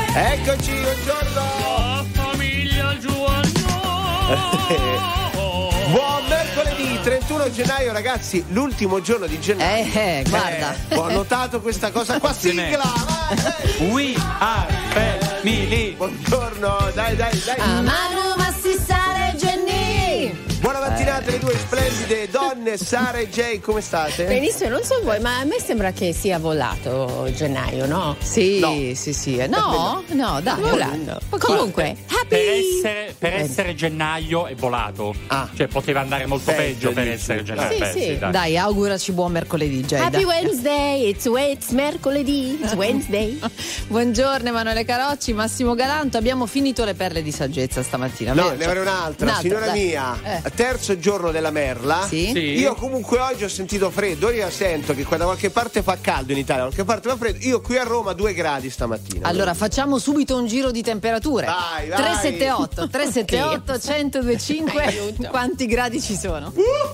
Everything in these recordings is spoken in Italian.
Eccoci, buongiorno. Famiglia Giovanno. Buon mercoledì 31 gennaio, ragazzi, l'ultimo giorno di gennaio. Guarda. Ho notato questa cosa qua, sigla. We are family. Buongiorno, dai. Manu Massissare Genni. Buona mattinata, le due splendide donne, Sara e Jay, come state? Benissimo, non so voi, ma a me sembra che sia volato gennaio, no? Sì, No. sì. No, dai. Volato. Comunque, Per essere gennaio è volato. Ah. Cioè poteva andare molto peggio per essere gennaio. Sì, Beh, sì. dai. Dai, auguraci buon mercoledì, Jay. Happy Wednesday, it's mercoledì, it's Wednesday. Buongiorno Emanuele Carocci, Massimo Galanto. Abbiamo finito le perle di saggezza stamattina. No, vero? ne avrei un'altra, signora dai. mia. Terzo giorno della merla. Sì? Sì. Io comunque oggi ho sentito freddo. Io sento che da qualche parte fa caldo in Italia, da qualche parte fa freddo. Io qui a Roma 2 gradi stamattina. Allora facciamo subito un giro di temperature. Vai. 378 1025. Quanti gradi ci sono?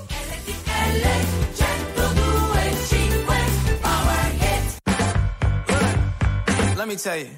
Let me tell you.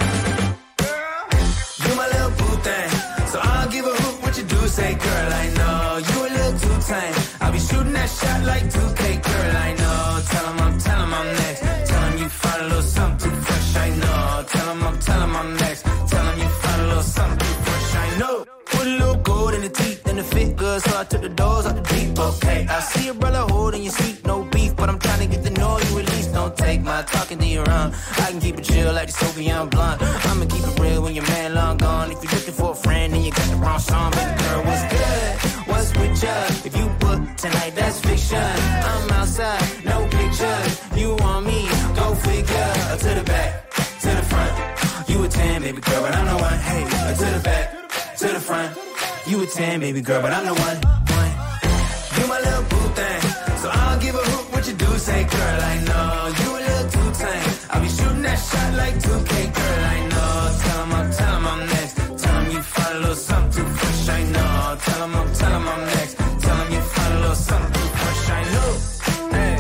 You my little boo thing, so I'll give a hoot what you do. Say, girl, I know you a little too tame. I'll be shooting that shot like 2K, girl, I know. Tell 'em I'm next. Tell 'em you find a little something too fresh, I know. Tell 'em I'm next. Tell 'em you find a little something too fresh, I know. Put a little gold in the teeth and it fit good, so I took the doors out the deep, okay. I see a brother holding your seat, no beef, but I'm trying to get to know you at least. Don't take my talking to your own. I can keep it chill like the Soviet blunt. I'ma keep it real when your man long gone. If you're looking for a friend and you got the wrong song, baby girl, what's good? What's with ya? If you book tonight, that's fiction. I'm outside, no pictures. You want me? Go figure. To the back, to the front. You a 10, baby girl, but I'm the one. Hey, to the back, to the front. You a 10, baby girl, but I'm the one. You my little boo thing, so I'll give a hoot what you do. Say, girl, I know you a little too tame. I'll be shooting that shot like 2K, girl, I know. Tell 'em I'm next. Tell 'em you find a little something too fresh, I know. Tell 'em I'm next. Tell 'em you find a little something too fresh, I know. Hey,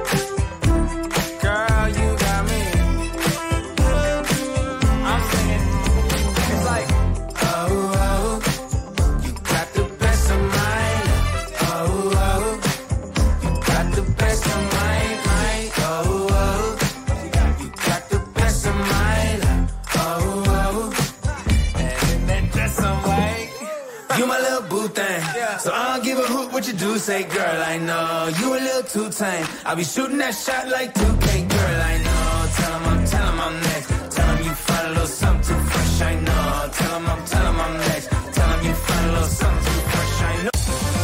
girl, you got me. I'm singing. It's like, oh, you got the best of mine. Oh, you got the best of mine. Oh, you got the best of mine. Oh, and that dress on white. You my little boo thing, so I'll give a hoot what you do. Say, girl, I know you a little too tame. I'll be shooting that shot like 2K, girl, I know. Tell 'em I'm next. Tell 'em you find a little something too fresh, I know. Tell 'em I'm next. Tell 'em you find a little something too fresh, I know.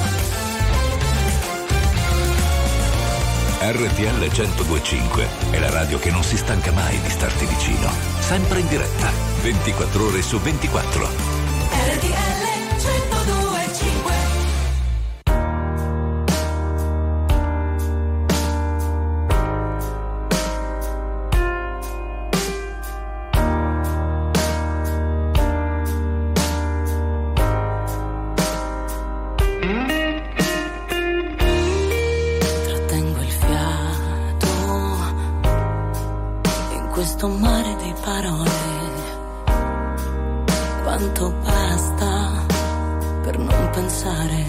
RTL 102.5 è la radio che non si stanca mai di starti vicino. Sempre in diretta, 24 ore su 24. RTL 102.5. Trattengo il fiato in questo mare di parole. Quanto basta per non pensare.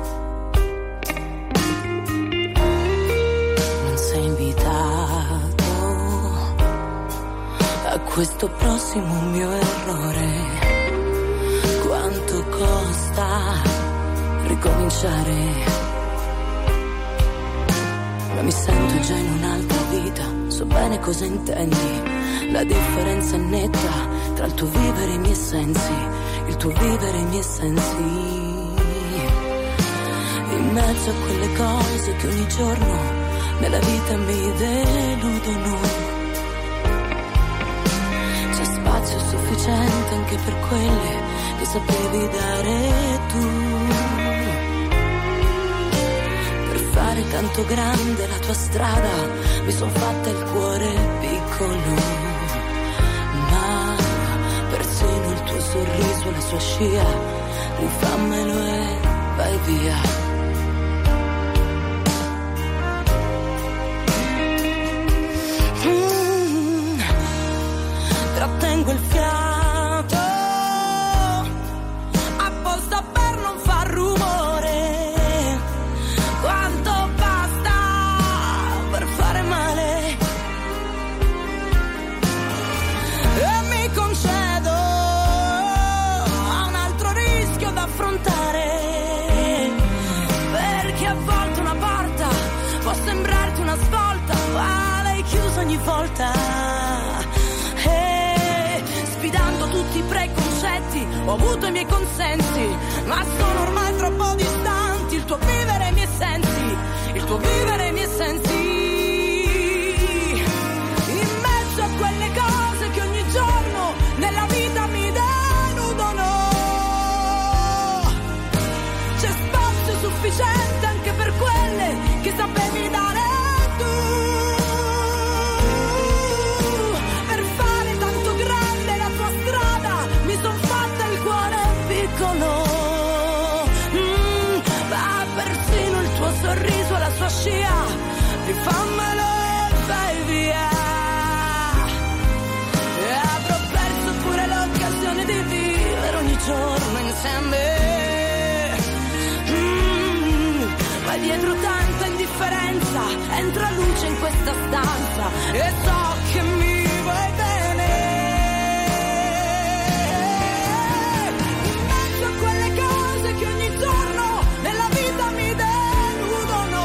Non sei invitato a questo prossimo mio errore. Quanto costa ricominciare? Ma mi sento già in un'altra vita, so bene cosa intendi. La differenza è netta tra il tuo vivere e i miei sensi, il tuo vivere e i miei sensi. In mezzo a quelle cose che ogni giorno nella vita mi deludono, c'è spazio sufficiente anche per quelle che sapevi dare tu. Fare tanto grande la tua strada, mi son fatta il cuore piccolo, ma persino il tuo sorriso, la sua scia, rifammelo e vai via. Trattengo il fiato ogni volta. Sfidando tutti i preconcetti, ho avuto i miei consensi, ma sono ormai troppo distanti. Il tuo vivere i miei sensi, il tuo vivere i miei sensi. In mezzo a quelle cose che ogni giorno nella vita mi denudono, c'è spazio sufficiente anche per quelle che sapevi dare tu. Per fare tanto grande la tua strada mi son fatta il cuore piccolo. Ma persino il tuo sorriso e la sua scia, rifammelo e vai via. E avrò perso pure l'occasione di vivere ogni giorno insieme. Ma dietro tanta indifferenza entra luce in questa stanza e so che mi vuoi bene. In mezzo a quelle cose che ogni giorno nella vita mi deludono,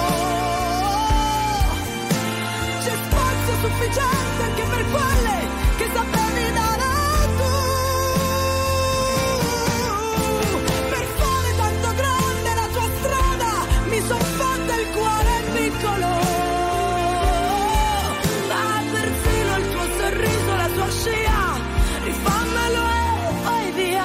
c'è spazio sufficiente anche per quelle che sapevi dare tu. Per fare tanto grande la tua strada mi son fatta il cuore piccolo, ma perfino il tuo sorriso, la tua scia, rifammelo e vai via.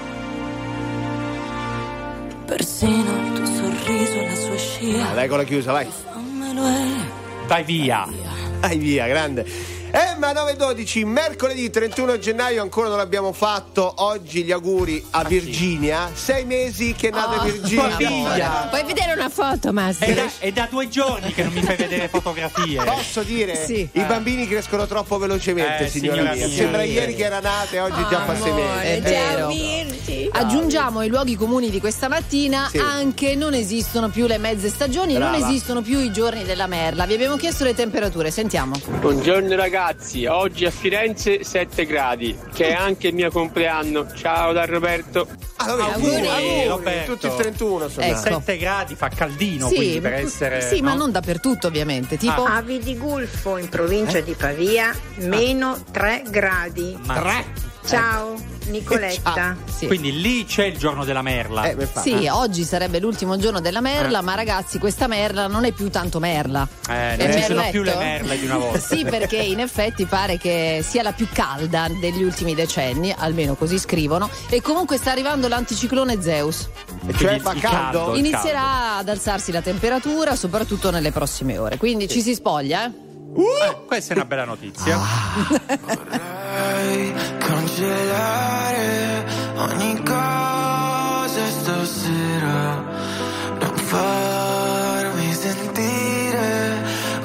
Persino il tuo sorriso e la sua scia, Dai con la chiusa, vai. rifammelo e Vai via. Vai via, grande. Ma 9:12, mercoledì 31 gennaio, ancora non l'abbiamo fatto. Oggi gli auguri a Virginia. 6 mesi che è nata Virginia. figlia. Puoi vedere una foto, Massimo? È da 2 giorni che non mi fai vedere fotografie. Posso dire? Sì. I bambini crescono troppo velocemente, signora signora mia. mia. Sembra ieri che era nata e oggi già fa 6 mesi. È vero. Virgi. Aggiungiamo ai luoghi comuni di questa mattina Sì. anche non esistono più le mezze stagioni, Brava. non esistono più i giorni della merla. Vi abbiamo chiesto le temperature, sentiamo. Buongiorno ragazzi, oggi a Firenze 7 gradi, che è anche il mio compleanno. Ciao da Roberto. Auguri, Roberto. Tutti il 31 sono Ecco. nati. 7 gradi fa caldino, quindi per essere. sì, ma no? non dappertutto ovviamente. Tipo Avi di Gulfo, in provincia di Pavia, meno 3 gradi. Ma- Ciao, Nicoletta. sì. Quindi lì c'è il giorno della merla. Sì, oggi sarebbe l'ultimo giorno della merla, ma ragazzi, questa merla non è più tanto merla. Non È ci sono merletto? più le merle di una volta. Sì, perché in effetti pare che sia la più calda degli ultimi decenni, almeno così scrivono, e comunque sta arrivando l'anticiclone Zeus. E cioè fa caldo? Inizierà ad alzarsi la temperatura, soprattutto nelle prossime ore. Quindi ci si spoglia, eh? Questa è una bella notizia. Vorrei cancellare ogni cosa stasera, non farmi sentire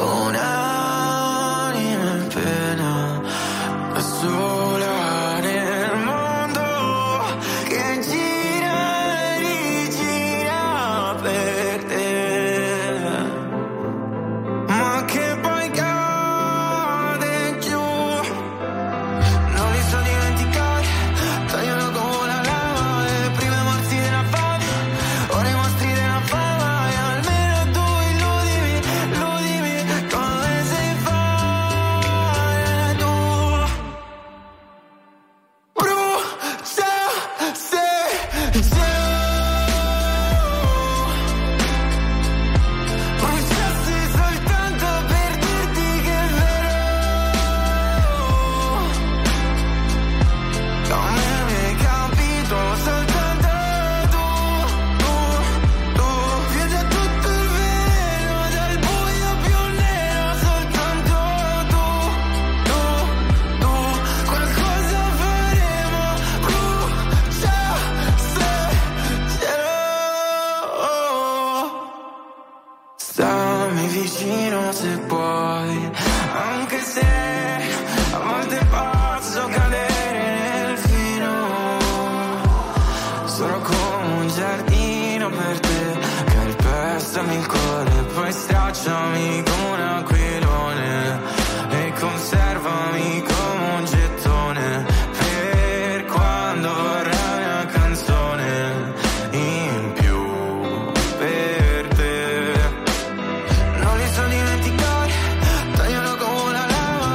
un'anima in pena, da sola nel mondo che gira e rigira per te, ma che poi cade giù. Non li so dimenticare, tagliano come la lava, le prime morti della fame, ora i mostri della fama, e almeno tu illudimi come sai fare tu. Brucia se bruciassi soltanto per dirti che è vero. Come mi hai capito soltanto tu vedi tutto il vero dal buio più nero, soltanto tu qualcosa faremo, brucia se stammi vicino se puoi, anche se a volte posso cadere nel fino. Sono come un giardino per te, calpestami il cuore, poi stracciami come un aquilone e conservami come un gettone per quando vorrai una canzone in più per te. Non li so dimenticare, tagliano come la lava,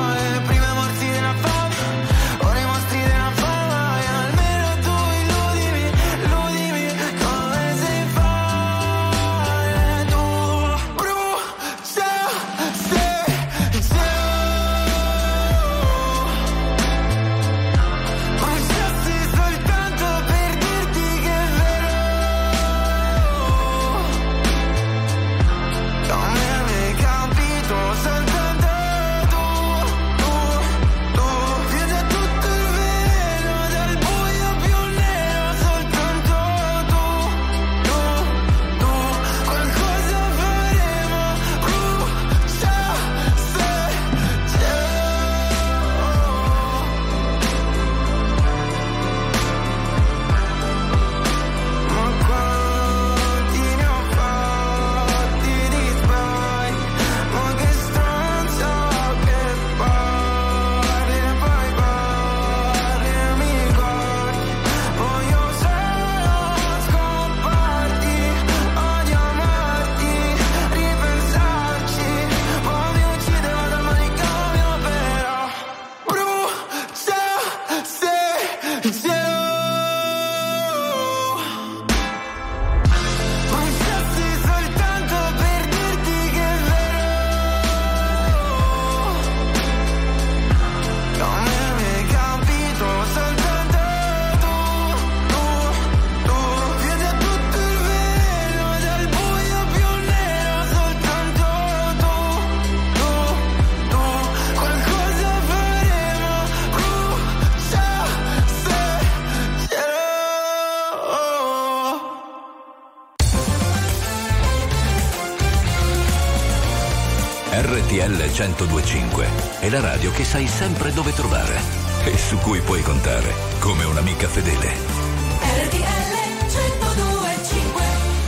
102.5 è la radio che sai sempre dove trovare e su cui puoi contare come un'amica fedele. RTL 102.5.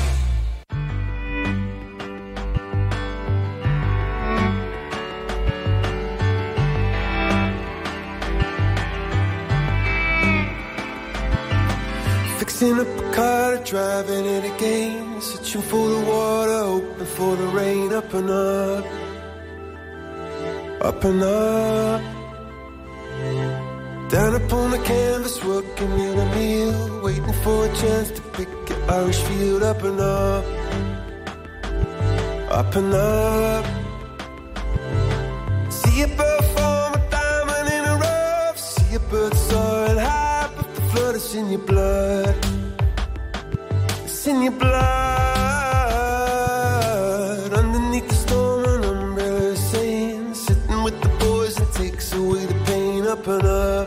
Fixing up a car, driving it again, searching for the water, hoping for the rain. Up and up, up and up. Down upon the canvas, working in a meal, waiting for a chance to pick an Irish field. Up and up, up and up. See a bird form a diamond in a rough, see a bird soaring high, but the flood is in your blood. It's in your blood. Underneath the storm, an umbrella is saying, sitting with the boys and takes away the pain. Up and up,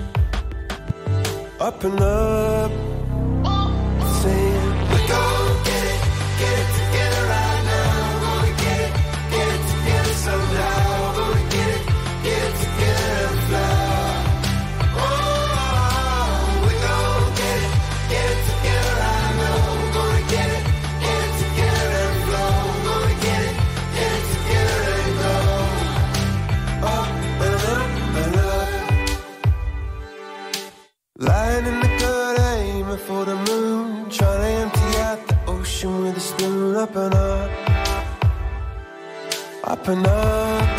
up and up. Saying, we're gonna get it together right now. We're gonna get it together somehow. We're gonna get it together and fly. Oh, we're gonna get it together right now. We're gonna get it together and flow. We're gonna get it together and go. Up and up and up. Lying in the gutter, aiming for the moon, trying to empty out the ocean with a spoon. Up and up, up and up.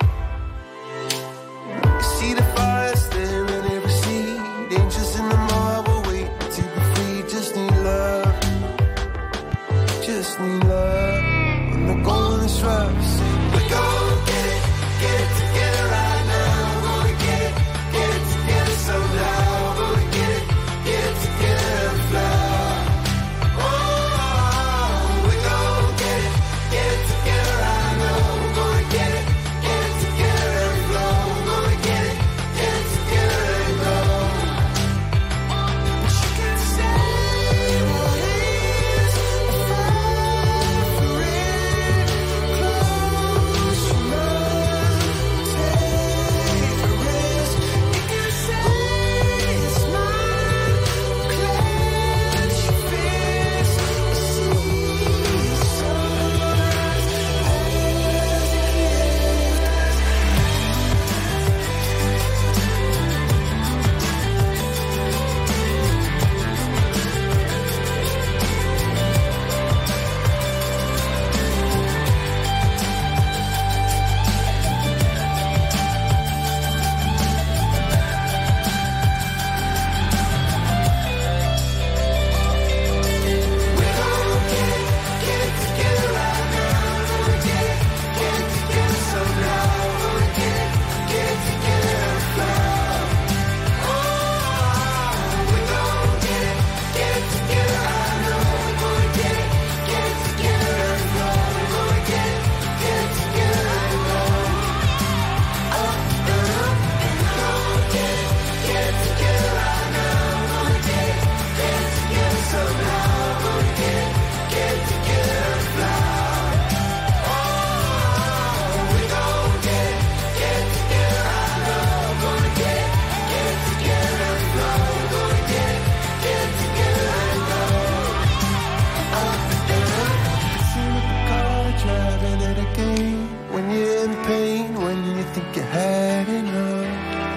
You see the fire staring at every seed, angels in the marble waiting to be free. Just need love, just need love. When the going is rough, say we're gonna get it together right now. We're gonna get it together somehow. We're gonna get it together and fly. Oh, we're gonna get it together right now. We're gonna get it together and flow. We're gonna get it together and go. But you can say what is a fight for it. Close your mind, take a risk. You can say it's mine. Clench your fist, see sunrise when you're in pain, when you think you had enough.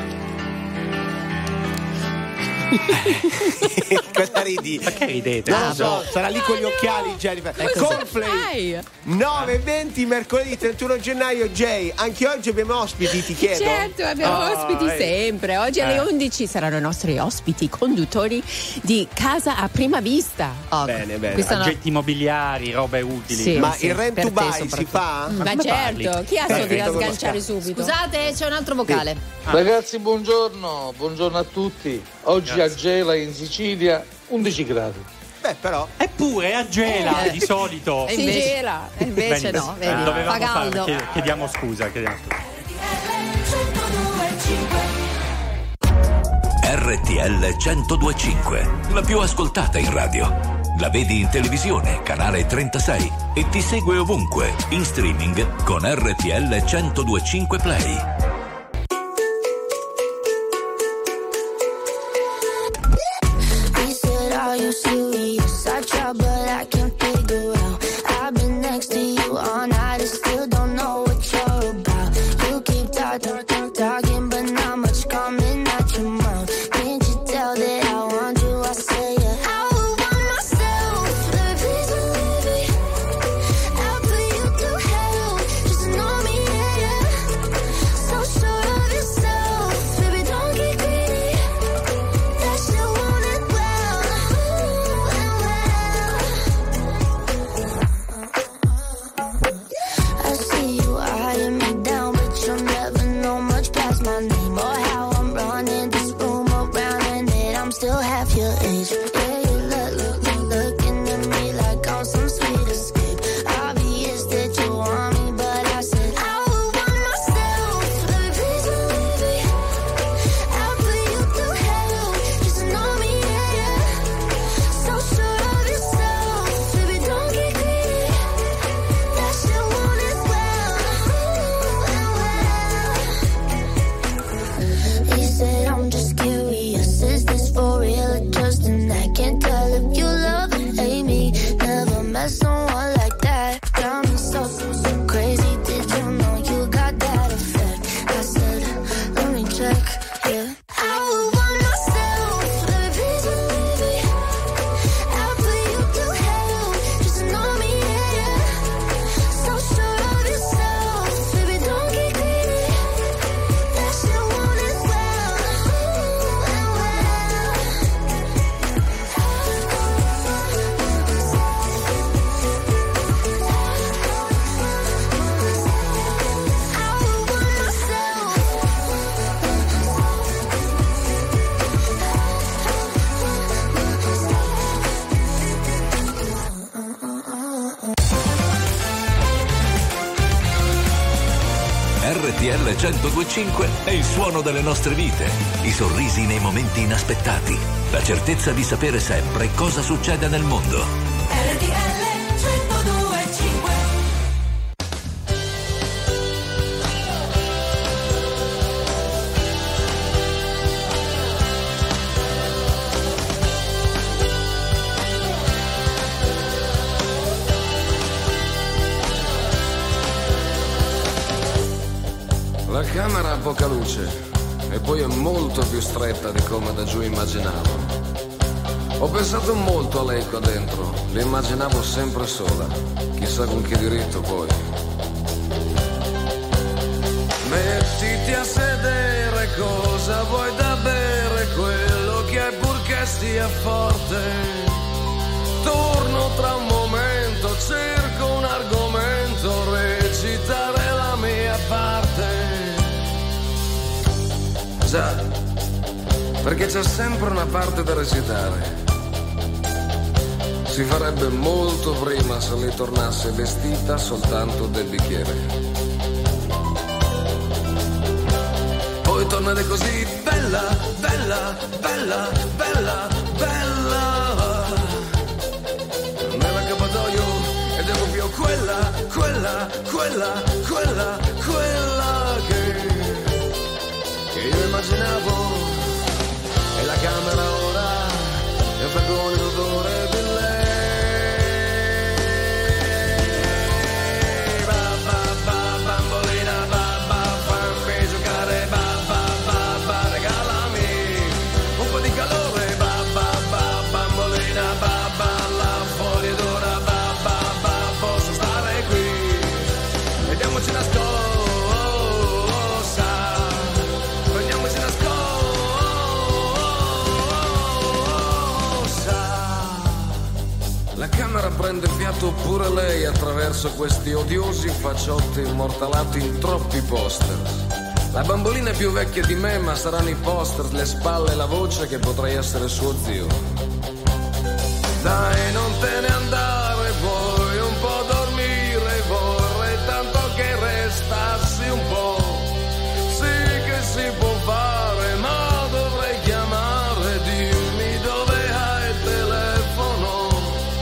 Cosa ridi? Perché ridete? Non lo so, sarà lì con gli occhiali Jennifer. Cornflake 9:20 mercoledì 31 gennaio. Jay, anche oggi abbiamo ospiti, ti chiedo. Certo, abbiamo ospiti sempre. Oggi alle 11 saranno i nostri ospiti conduttori di Casa a Prima Vista. Bene, bene. Aggetti immobiliari, robe utili. Sì, Ma sì, il rent per to te buy soprattutto. si fa? Ma come certo, parli? chi ha soldi da Perfetto, sganciare subito? Scusate, c'è un altro vocale. Ragazzi, buongiorno a tutti. Oggi a Gela in Sicilia 11 gradi. Beh, però. Eppure a Gela di solito. Si gela. E invece no, vedi, fa Dovevamo caldo. chiediamo scusa. RTL 102.5, la più ascoltata in radio. La vedi in televisione, canale 36, e ti segue ovunque, in streaming con RTL 102.5 Play. He said, are you serious? I try, but I can't figure out. I've been next to you all night and still don't know what you're about. You keep talking, but not much coming out your mouth. Can't you tell that I want you? I say it. I would want myself, baby, please believe me. I'll put you through hell, just to know me, yeah. So sure of yourself, baby, don't get greedy. That shit want it well, I see you eyeing me down, but you'll never know much past my name or how I'm running this room around, and that I'm still half your age. Yeah, you looking at me like I'm some sweet escape. Obvious that you want me, but I said I would want myself, baby, please believe me. I'll put you through hell, just to know me, yeah. So sure of yourself, baby, don't get greedy. That shit want it well. He said, I'm just curious, is this for real or just an act? Can't tell if you love or hate me. Never met someone like that. Got me so crazy. Did you know you got that effect? I said, let me check, yeah. I would want myself, baby, please believe me. I'll put you through hell, just to know me, yeah. So sure of yourself, baby, don't get greedy. That shit want it well. RTL 102.5 è il suono delle nostre vite, i sorrisi nei momenti inaspettati, la certezza di sapere sempre cosa succede nel mondo. RTL 102.5. La camera ha poca luce e poi è molto più stretta di come da giù immaginavo. Ho pensato molto a lei qua dentro, le immaginavo sempre sola, chissà con che diritto poi. Mettiti a sedere, cosa vuoi da bere, quello che hai purché sia forte. Torno tra un momento, cerco un argomento, recitare la mia parte. Già, perché c'è sempre una parte da recitare. Si farebbe molto prima se lei tornasse vestita soltanto del bicchiere. Poi tornare così bella, bella, bella, bella, bella. Nella Cappadoglio ed ero più quella che io immaginavo. E la camera ora è un flacone d'odore di lei. Bambolina, fammi giocare, regalami un po' di calore, bambolina, la foglia d'ora, posso stare qui, vediamoci nascosta, prendiamoci nascosta. La camera prende fiato pure lei attraverso questi odiosi facciotti immortalati in troppi poster. La bambolina è più vecchia di me, ma saranno i poster, le spalle e la voce che potrei essere suo zio. Dai, non te ne andare, vuoi un po' dormire, vorrei tanto che restassi un po'. Sì che si può fare, ma dovrei chiamare, dimmi dove hai il telefono.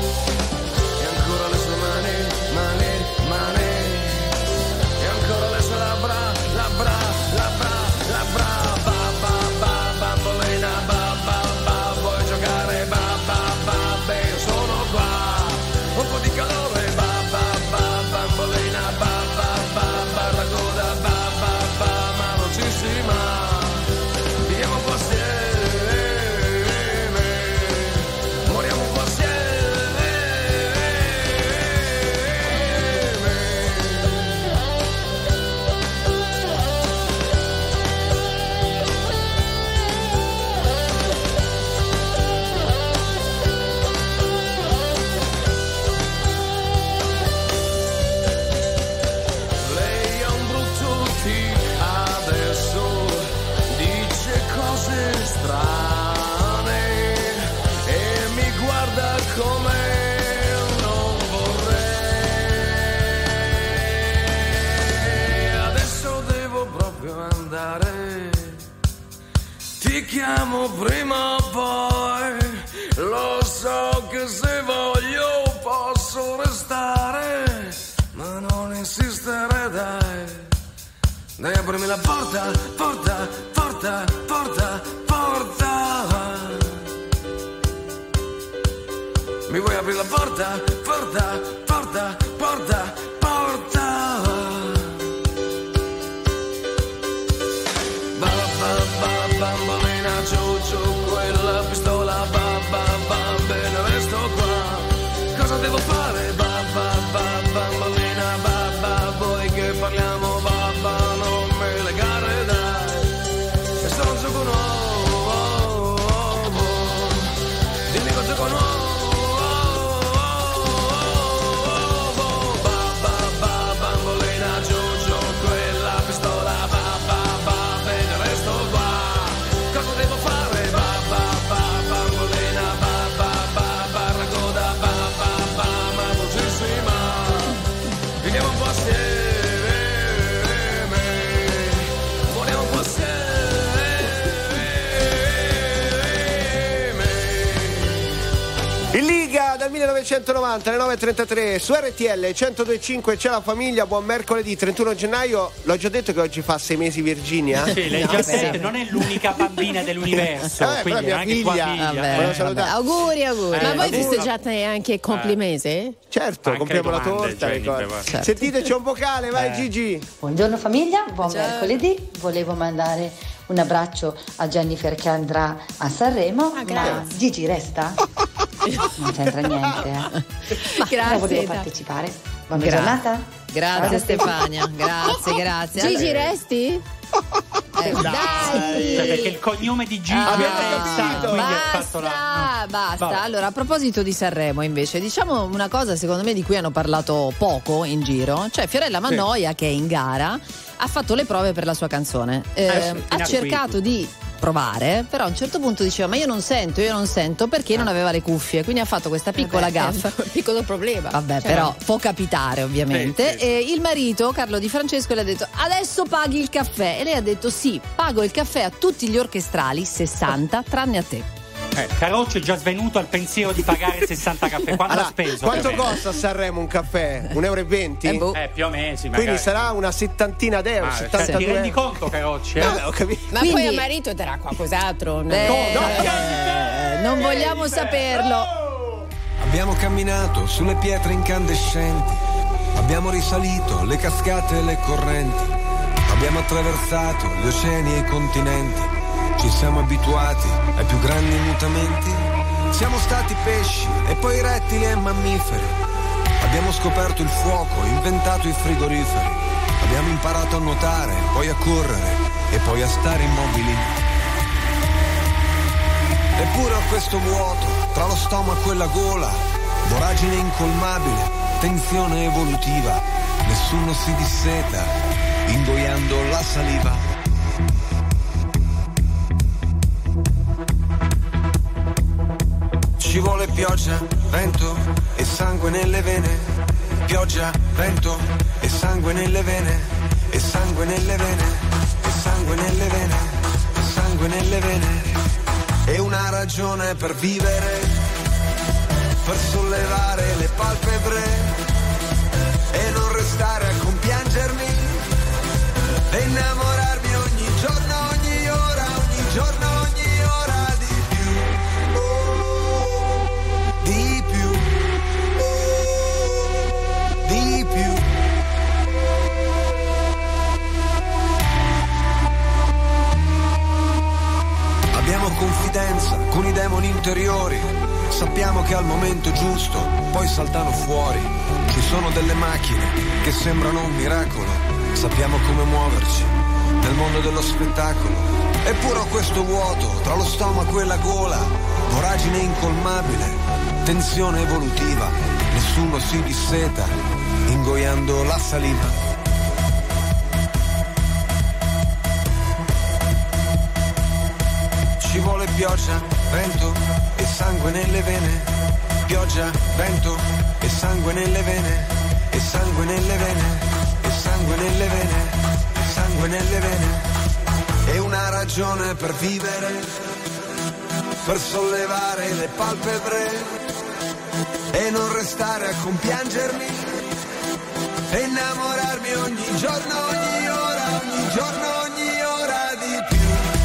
più andare. Ti chiamo prima o poi, lo so che se voglio posso restare, ma non insistere dai. Dai, aprimi la porta, porta, porta, porta, porta. Mi vuoi aprire la porta, porta, porta, porta, porta. Ba ba ba bambolina, ciu ciu, quella pistola, ba ba ba, bene resto qua. Cosa devo fare? Ba ba ba bambolina, ba ba, vuoi che parliamo? Ba ba, non me legare dai, è solo un gioco nuovo, dimmi che gioco nuovo. Dal 1990 alle 9.33 su RTL 102.5 c'è la famiglia. Buon mercoledì 31 gennaio. L'ho già detto che oggi fa 6 mesi Virginia. Sì, lei già detto, non è l'unica bambina dell'universo, quindi mia anche figlia. tua figlia. Vabbè. Auguri. Ma voi auguri. festeggiate anche complimese? Certo, Anche compriamo la domande, torta. Jennifer, Certo. Sentite, c'è un vocale, vai Gigi. Buongiorno famiglia, buon Ciao. mercoledì. Volevo mandare un abbraccio a Jennifer che andrà a Sanremo, ma Gigi resta? Non c'entra niente, Però volevo partecipare. Buona giornata. Grazie Ciao. Stefania, grazie. Gigi, resti? Dai! Cioè, perché il cognome di Gigi capito. Basta. Vabbè. Allora, a proposito di Sanremo, invece, diciamo una cosa secondo me di cui hanno parlato poco in giro. Cioè, Fiorella Mannoia, che è in gara, ha fatto le prove per la sua canzone. Ha cercato di provare, però a un certo punto diceva ma io non sento perché non aveva le cuffie, quindi ha fatto questa piccola gaffa. Un piccolo problema. Vabbè, però può capitare ovviamente. Sì. E il marito Carlo Di Francesco le ha detto adesso paghi il caffè, e lei ha detto sì, pago il caffè a tutti gli orchestrali, 60 tranne a te. Caroccio è già svenuto al pensiero di pagare 60 caffè. Quanto ha speso? Quanto costa a Sanremo un caffè? 1,20 euro? Più o meno sì, Quindi sarà una settantina d'euro, 72 ti rendi conto, Carocci? Ho capito. Ma Quindi- poi a marito darà qualcos'altro? Non vogliamo saperlo. Abbiamo camminato sulle pietre incandescenti, abbiamo risalito le cascate e le correnti, abbiamo attraversato gli oceani e i continenti, ci siamo abituati ai più grandi mutamenti, siamo stati pesci e poi rettili e mammiferi, abbiamo scoperto il fuoco, inventato i frigoriferi, abbiamo imparato a nuotare, poi a correre e poi a stare immobili. Eppure ho questo vuoto tra lo stomaco e la gola, voragine incolmabile, tensione evolutiva, nessuno si disseta, ingoiando la saliva. Ci vuole pioggia, vento e sangue nelle vene, pioggia, vento e sangue nelle vene, e sangue nelle vene, e sangue nelle vene, e sangue nelle vene. E una ragione per vivere, per sollevare le palpebre e non restare a compiangermi, e innamorarmi ogni giorno, ogni ora, ogni giorno, ogni ora di più, di più, di più. Abbiamo confidenza con i demoni interiori, sappiamo che al momento giusto poi saltano fuori. Ci sono delle macchine che sembrano un miracolo, sappiamo come muoverci nel mondo dello spettacolo. Eppure ho questo vuoto tra lo stomaco e la gola, voragine incolmabile, tensione evolutiva, nessuno si disseta, ingoiando la saliva. Ci vuole pioggia, vento e sangue nelle vene, pioggia, vento e sangue nelle vene, e sangue nelle vene, e sangue nelle vene, e sangue sangue nelle vene, è una ragione per vivere, per sollevare le palpebre e non restare a compiangermi e innamorarmi ogni giorno, ogni ora, ogni giorno, ogni ora di più.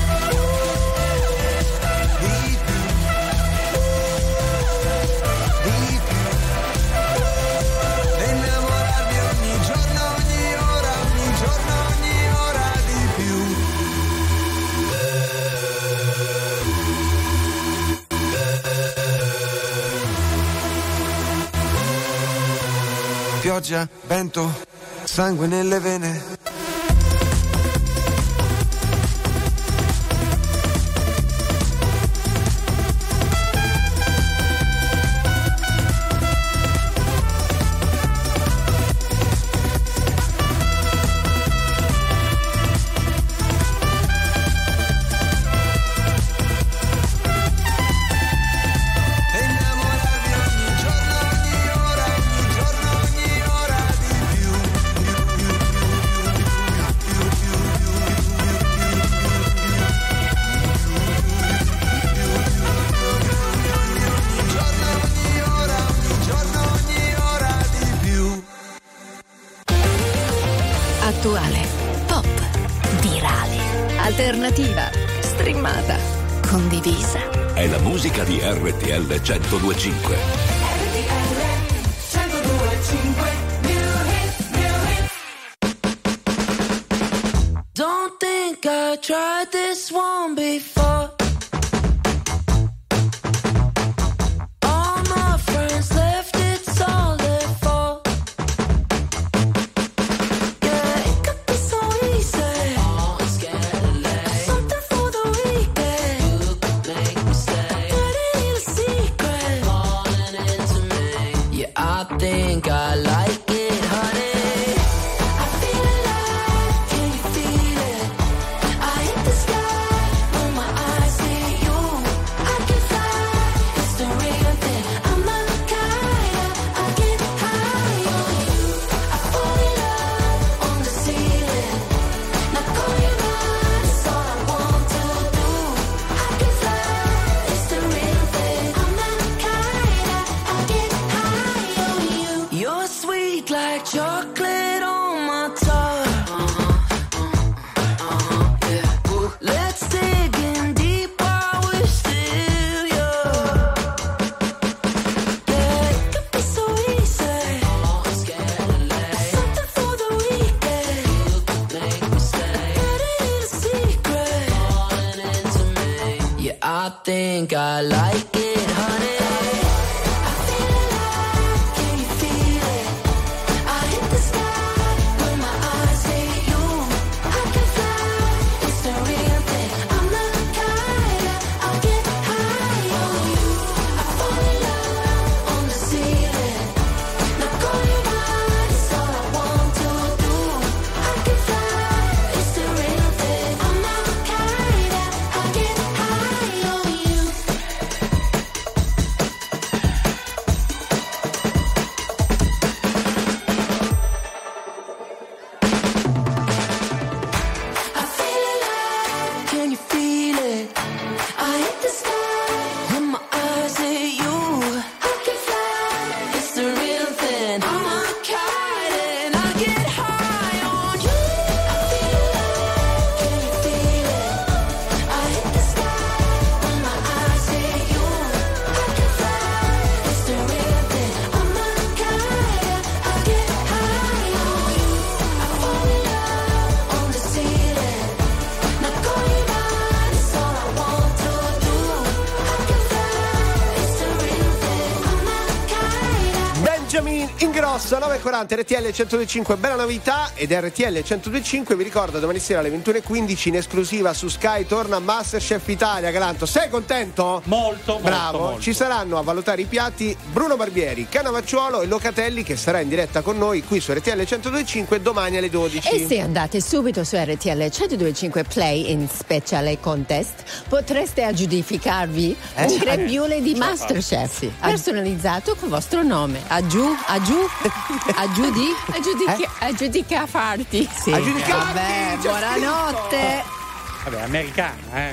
Pioggia, vento, sangue nelle vene. Attuale, pop, virale, alternativa, streamata, condivisa. È la musica di RTL 102.5. Don't think I tried this one before. All my friends left, it's all their fault. Yeah, it could be so easy. Something for the weekend. You could make me stay. Dirty little secret. Falling into me. Yeah, I think I like it, honey. Chocolate on my tongue. Yeah. Let's dig in deep while we're still young. Yeah, it could be so easy. Something for the weekend. You could make me stay. Dirty little secret. Falling into me. Yeah, I think I like it, honey. Ingrosso 9:40 RTL 102.5, bella novità, ed RTL 102.5 vi ricorda domani sera alle 21:15 in esclusiva su Sky torna Masterchef Italia. Galanto, sei contento? Molto, bravo. molto. Ci saranno a valutare i piatti Bruno Barbieri, Cannavacciuolo e Locatelli, che sarà in diretta con noi qui su RTL 102.5 domani alle 12. E se andate subito su RTL 102.5 Play in speciale contest potreste aggiudicarvi un grembiule di Masterchef personalizzato con il vostro nome. Aggiù A giudicarti. Sì. A giudicarti. Vabbè, buonanotte. Vabbè, americana,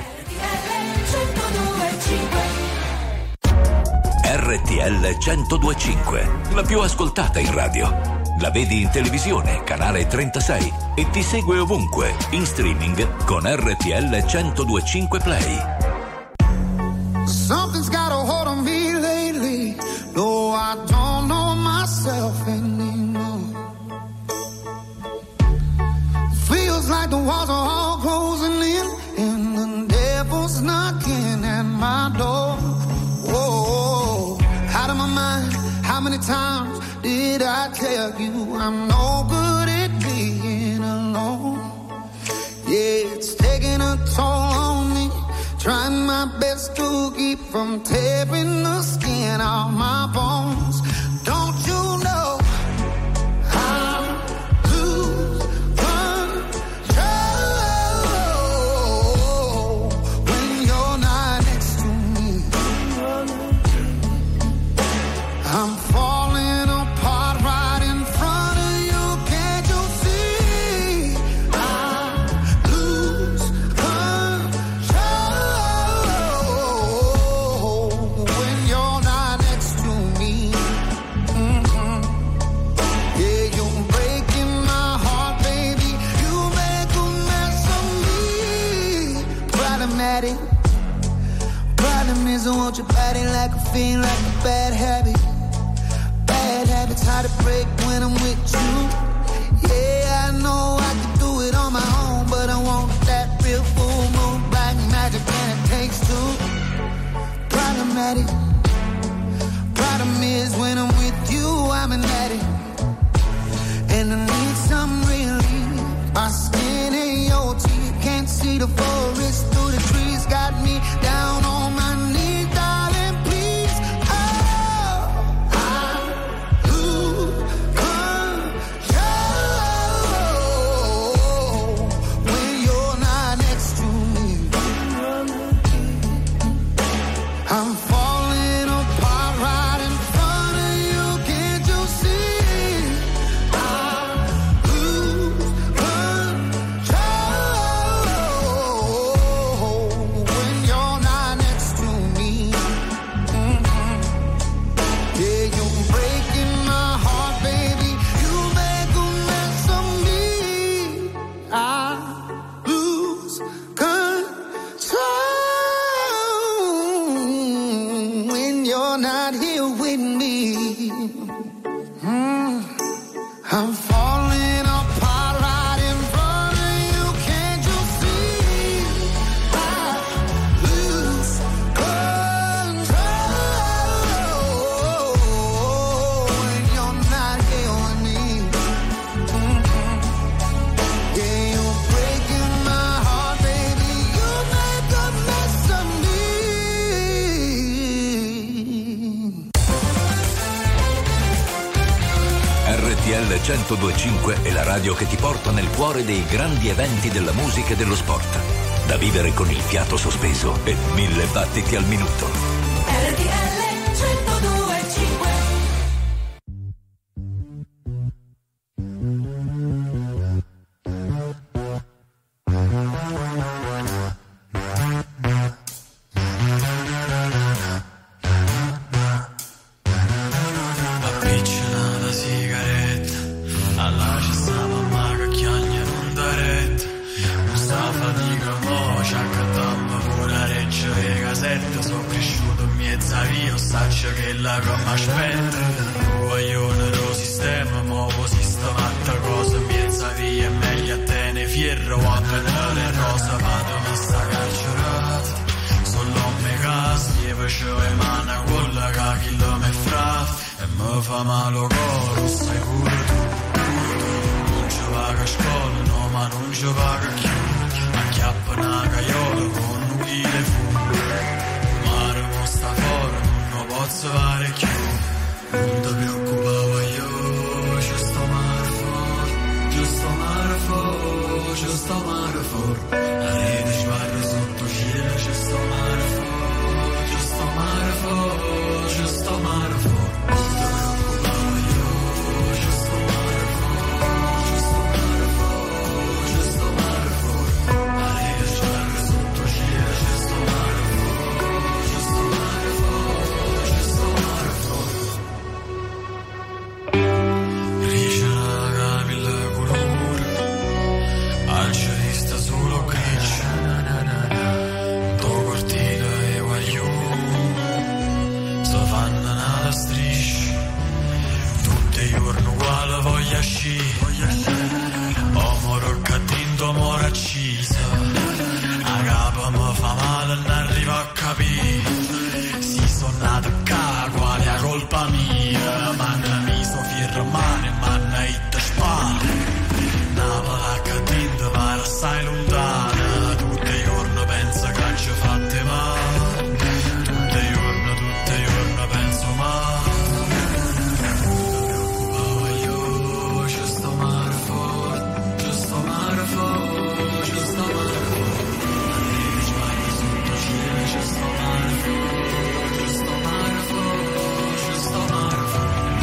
RTL 102.5, la più ascoltata in radio. La vedi in televisione, canale 36, e ti segue ovunque, in streaming con RTL 102.5 Play. Something's got a hold on me lately. No, I don't know myself anymore. Feels like the walls are all closing in, and the devil's knocking at my door. Whoa, out of my mind, how many times did I tell you I'm no good at being alone? Yeah, it's taking a toll on me, trying my best to keep from tearing the skin off my bones. Don't you know I lose control when you're not next to me? I'm falling apart right in front of you. Can't you see? I lose control when you're not next to me. Yeah, you're breaking my heart, baby. You make a mess of me. Problematic. Problem is I want your body like a fiend, like a bad habit. Bad habits hard to break when I'm with you. Yeah, I know I can do it on my own, but I want that real full moon, black magic, and it takes two. Problematic. Problem is when I'm with you, I'm an addict, and I need some relief. My skin and your teeth, can't see the forest through the trees, got me down on my knees, darling, please. Oh, I lose control when you're not next to me. I'm falling apart right in front of you. Can't you see? I lose control when you're not next to me. Yeah, you're breaking my heart, baby. You make a mess of me. I lose control when you're not here with me. I'm falling apart right in front of you. Can't you see? I lose control when you're not here with me. Yeah, you're breaking my heart, baby. You make a mess of me. RTL 102.5 è la radio che ti porta nel cuore dei grandi eventi della musica e dello sport. Da vivere con il fiato sospeso e 1000 battiti al minuto. RTL 102.5. Appicciona la sigaretta, alla ci sta mamma che chiagna non da retta. Non sta fatica mo', ci accattammo pure regge le casette. Sono cresciuto in mezzo a via, saccio che la come aspetta. Guaglione lo sistema, mo' sistematta cosa in mezzo a via. È meglio a te ne fierro, o a pedale rosa, vado mi sta carcerata. Solo me casi, e facevo le mani con la cachilla me frate. E mi fa male coro, sai pure tu. Non ci vaga a scuola, no, ma non ci vaga più. Acchiappa una caiola con un chilo e fumo. Mare mo sta fuori, non posso fare più. Non ti preoccupare io, ci sto mare fuori, ci sto mare fuori, ci sto mare fuori. La rete sbarra sotto cielo, ci sto mare fuori, ci sto mare fuori, ci sto mare fuori. Non ti preoccupare io, arrivo a capire. Si sono nato qua, quale è colpa mia? Manna mi so firmare, manna it spara. Napola che tinta pare assai lontana. Tutti i giorni penso che ci fatte male. Tutti i giorni penso male. Io ci sto mare forte, ci sto mare forte, ci sto mare forte. Sotto cielo ci sto mare forte, ci sto mare forte, ci sto mare forte.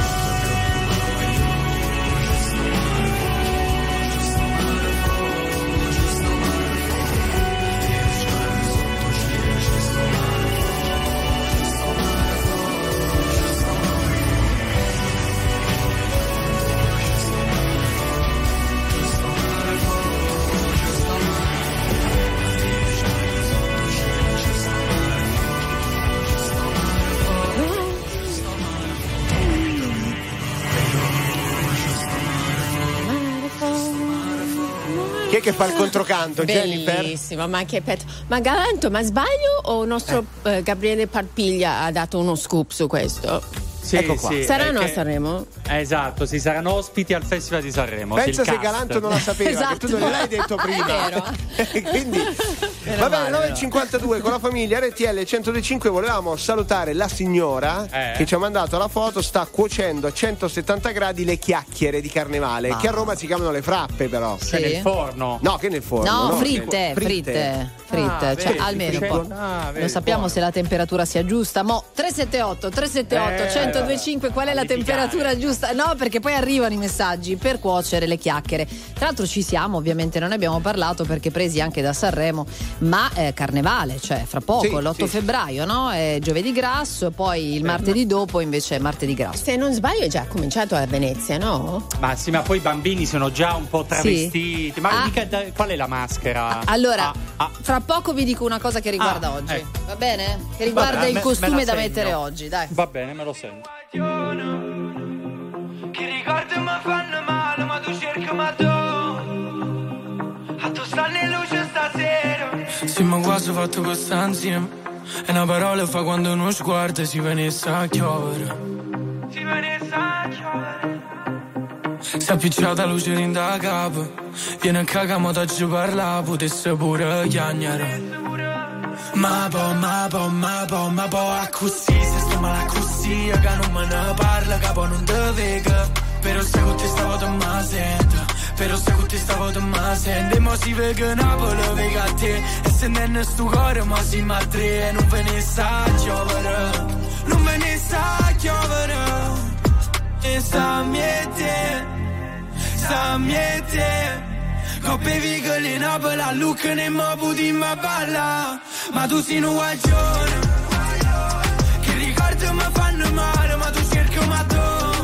Chi è che fa il controcanto? Jennifer? Bellissimo, ma che petto. Ma Galanto, ma sbaglio o il nostro Gabriele Parpiglia ha dato uno scoop su questo? Sì, ecco qua. sì, Saranno a Sanremo? Esatto, sì, saranno ospiti al Festival di Sanremo. Pensa il se cast. Galanto non la sapeva, Esatto. che tu non gliel'hai detto prima. È vero. Quindi va bene, 9.52 con la famiglia RTL 102.5. Volevamo salutare la signora che ci ha mandato la foto. Sta cuocendo a 170 gradi le chiacchiere di carnevale, che a Roma si chiamano le frappe, però. Cioè nel forno? No, che nel forno. No, fritte. Cioè, vedi, almeno fritte. un po'. Non sappiamo se la temperatura sia giusta. Mo 378 1025, qual è la temperatura giusta? No, perché poi arrivano i messaggi per cuocere le chiacchiere. Tra l'altro ci siamo, ovviamente non ne abbiamo parlato perché presi anche da Sanremo, ma carnevale, cioè fra poco, l'8 febbraio, no? È giovedì grasso, poi il martedì dopo invece è martedì grasso. Se non sbaglio è già cominciato a Venezia, no? Ma sì, ma poi i bambini sono già un po' travestiti. Sì. Ma qual è la maschera? Allora, fra poco vi dico una cosa che riguarda oggi. Va bene? Che riguarda il costume da mettere oggi, dai. Va bene, me lo sento. Che ricordi mi fanno male, ma tu cerchi ma tu. A tu stanno in luce stasera. Sì, ma quasi fatto questa insieme. E una parola fa quando uno sguardo si venisse a chiovere. Si venisse a chiovere. Si è appicciata luce in da capo. Viene a cagare, ma da ci parla, potesse pure chiagnare. Ma po' a così, se sto male così, che non me ne parla, capo non te vega. Però se con te stavo te ma sento, però se con te stavo te ma sento. E mo si vega Napoli, vega a te, e se non è sto cuore, ma si ma tre. E non ve ne sa chiovere, non ve ne sa chiovere. E sta miete, coppe vigole Napoli, a Lucca ne mo puti ma balla. Ma tu sei un guaglione, che ricordi mi fanno male, ma tu cerchi ma tu.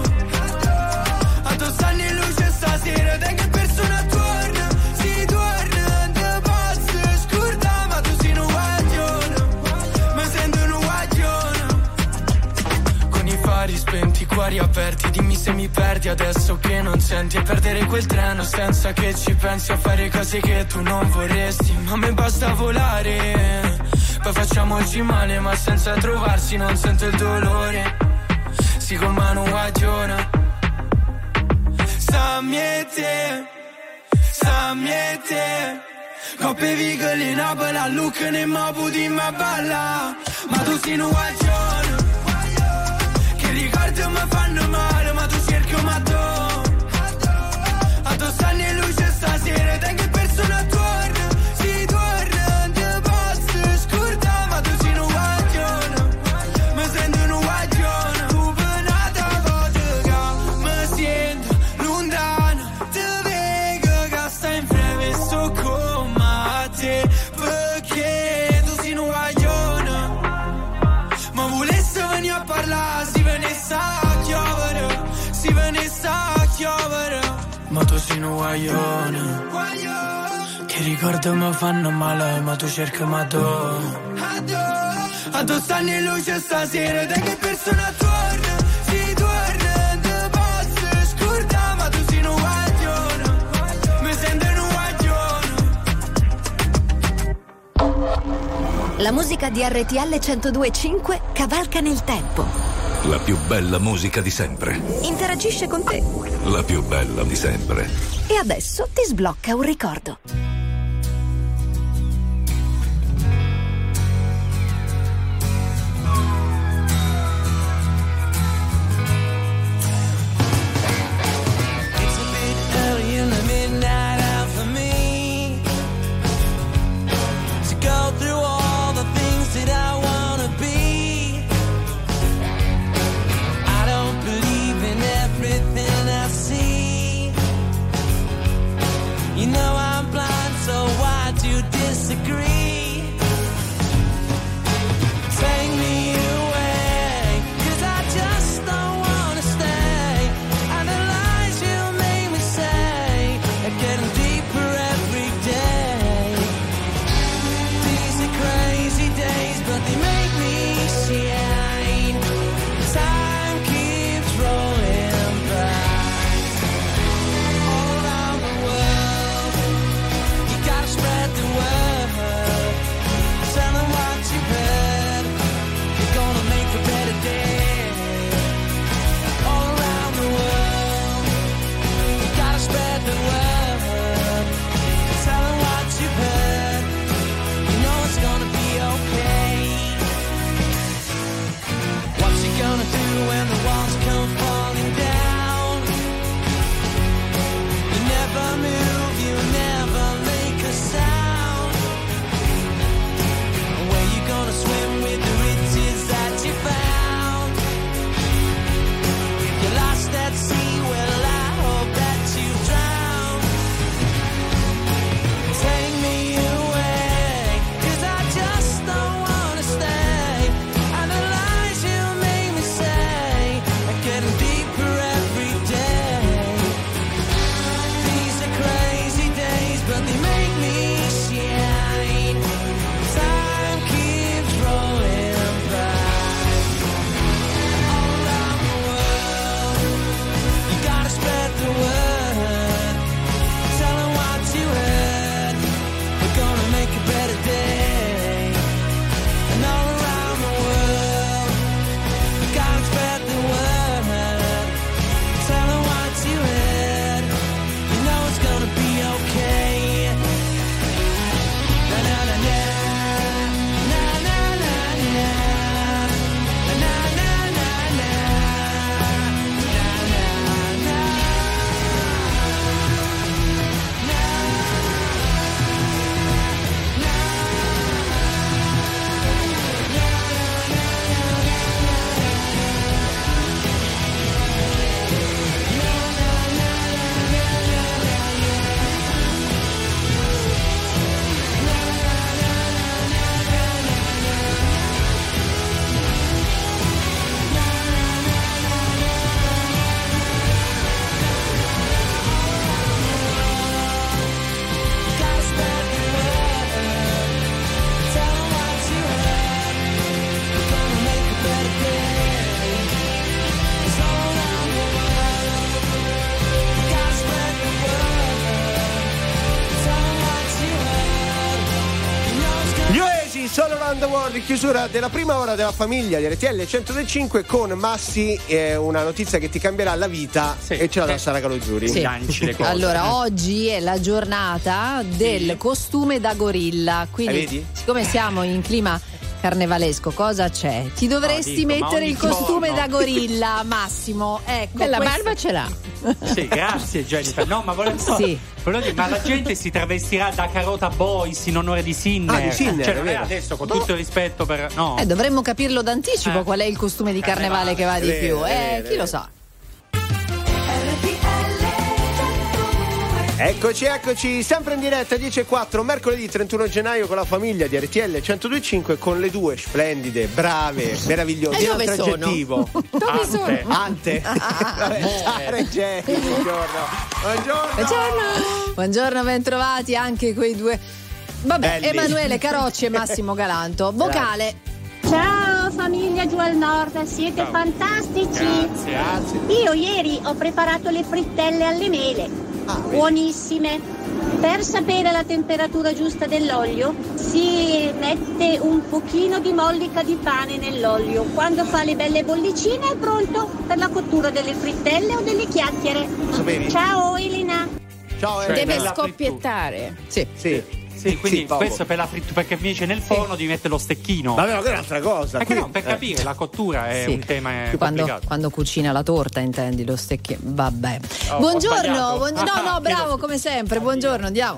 A tu stanno in luce stasera, te che persona torna, si torna, te posso scordare, ma tu sei un guaglione, mi sento un guaglione. Con i fari spenti, cuori aperti, dimmi se mi perdi adesso che non senti. E perdere quel treno senza che ci pensi, a fare cose che tu non vorresti. Ma a me basta volare, poi facciamoci male, ma senza trovarsi non sento il dolore. Si con mano guagliona. Sta miete, coppe vigole Napoli, a Lucca ne mo puti ma balla. Ma tu sei un guaglione, che ricordi mi fanno male, ma tu cerchi ma tu. A tu stanno in luce stasera, te che persona torna, si torna, te posso scordare, ma tu sei un guaglione, mi sento un guaglione. Tu penata vodka, mi sento lontano, te vedo che stai in breve, sto con te, perché tu sei un guaglione. Ma volesse venire a parlare, si venisse a chiovere, si venisse a chiovere. Ma tu sei un guaglione, che ricordi mi fanno male, ma tu cerchi ma tu. A tu stanno in luce stasera, te che persona torna, si torna, te posso scordare, ma tu sei un guaglione, mi sento un guaglione. La musica di RTL 102.5 cavalca nel tempo. La più bella musica di sempre. Interagisce con te. La più bella di sempre. E adesso ti sblocca un ricordo. Solo Around the World, in chiusura della prima ora della famiglia di RTL 105 con Massi, una notizia che ti cambierà la vita, e ce l'ha da Sara Calogiuri. Sì. Allora, oggi è la giornata del costume da gorilla, quindi siccome siamo in clima carnevalesco, cosa c'è? Ti dovresti mettere il costume da gorilla, Massimo. Ecco, la barba ce l'ha. Sì, grazie Jennifer. No, ma volevo dire, ma la gente si travestirà da Carota Boys in onore di Sinner. Di Sinner, cioè, non è adesso, con tutto il rispetto per. No. Dovremmo capirlo d'anticipo qual è il costume di carnevale che va di più. Chi lo sa? Eccoci, sempre in diretta 10:04, mercoledì 31 gennaio con la famiglia di RTL 102.5 con le due splendide, brave, meravigliose. Dove sono? Aggettivo. Dove sono? Ante. Sara e Jenny, Buongiorno, bentrovati anche quei due. Vabbè, belli. Emanuele Carocci e Massimo Galanto. Vocale. Ciao famiglia giù al nord, siete fantastici. Grazie. Io ieri ho preparato le frittelle alle mele. Buonissime. Per sapere la temperatura giusta dell'olio si mette un pochino di mollica di pane nell'olio. Quando fa le belle bollicine è pronto per la cottura delle frittelle o delle chiacchiere. Ciao Elena. Ciao, deve scoppiettare. Sì, quindi questo per la frittura, perché finisce nel forno devi mettere lo stecchino. Vabbè, ma quella è un'altra cosa. Per capire, la cottura è un tema complicato. Quando cucina la torta, intendi lo stecchino. Vabbè. Buongiorno. No, bravo come sempre. Buongiorno, andiamo.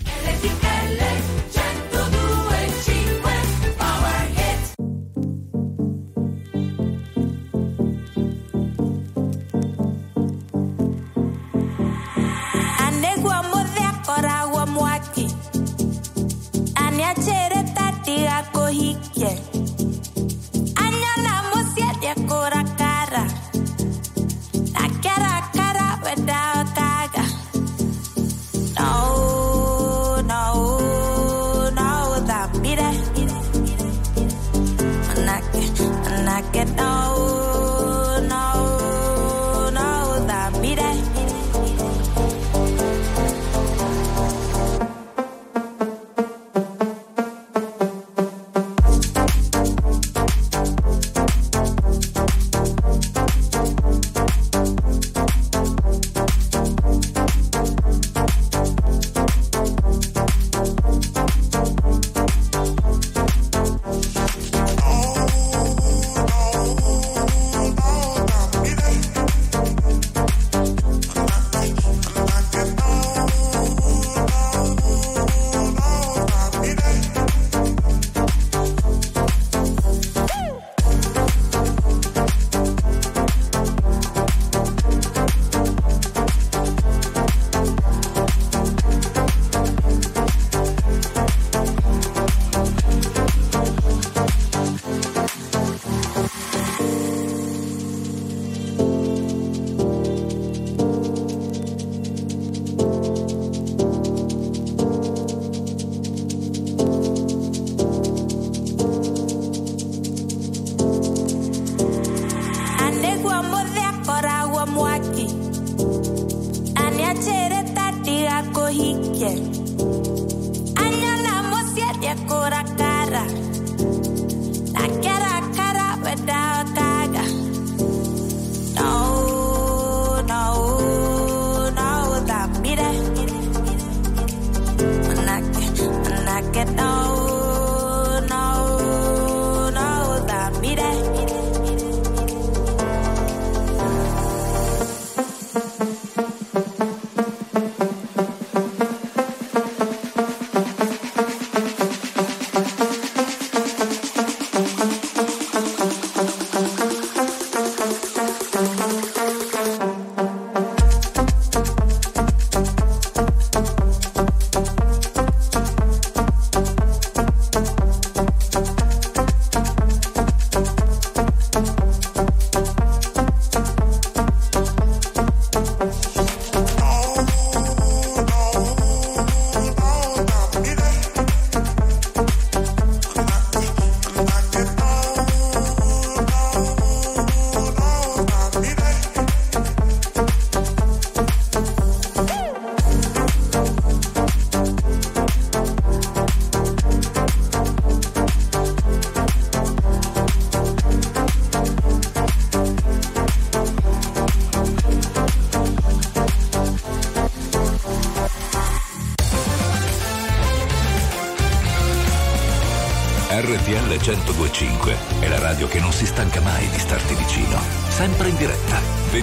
RTL 102.5 è la radio che non si stanca mai di starti vicino. Sempre in diretta,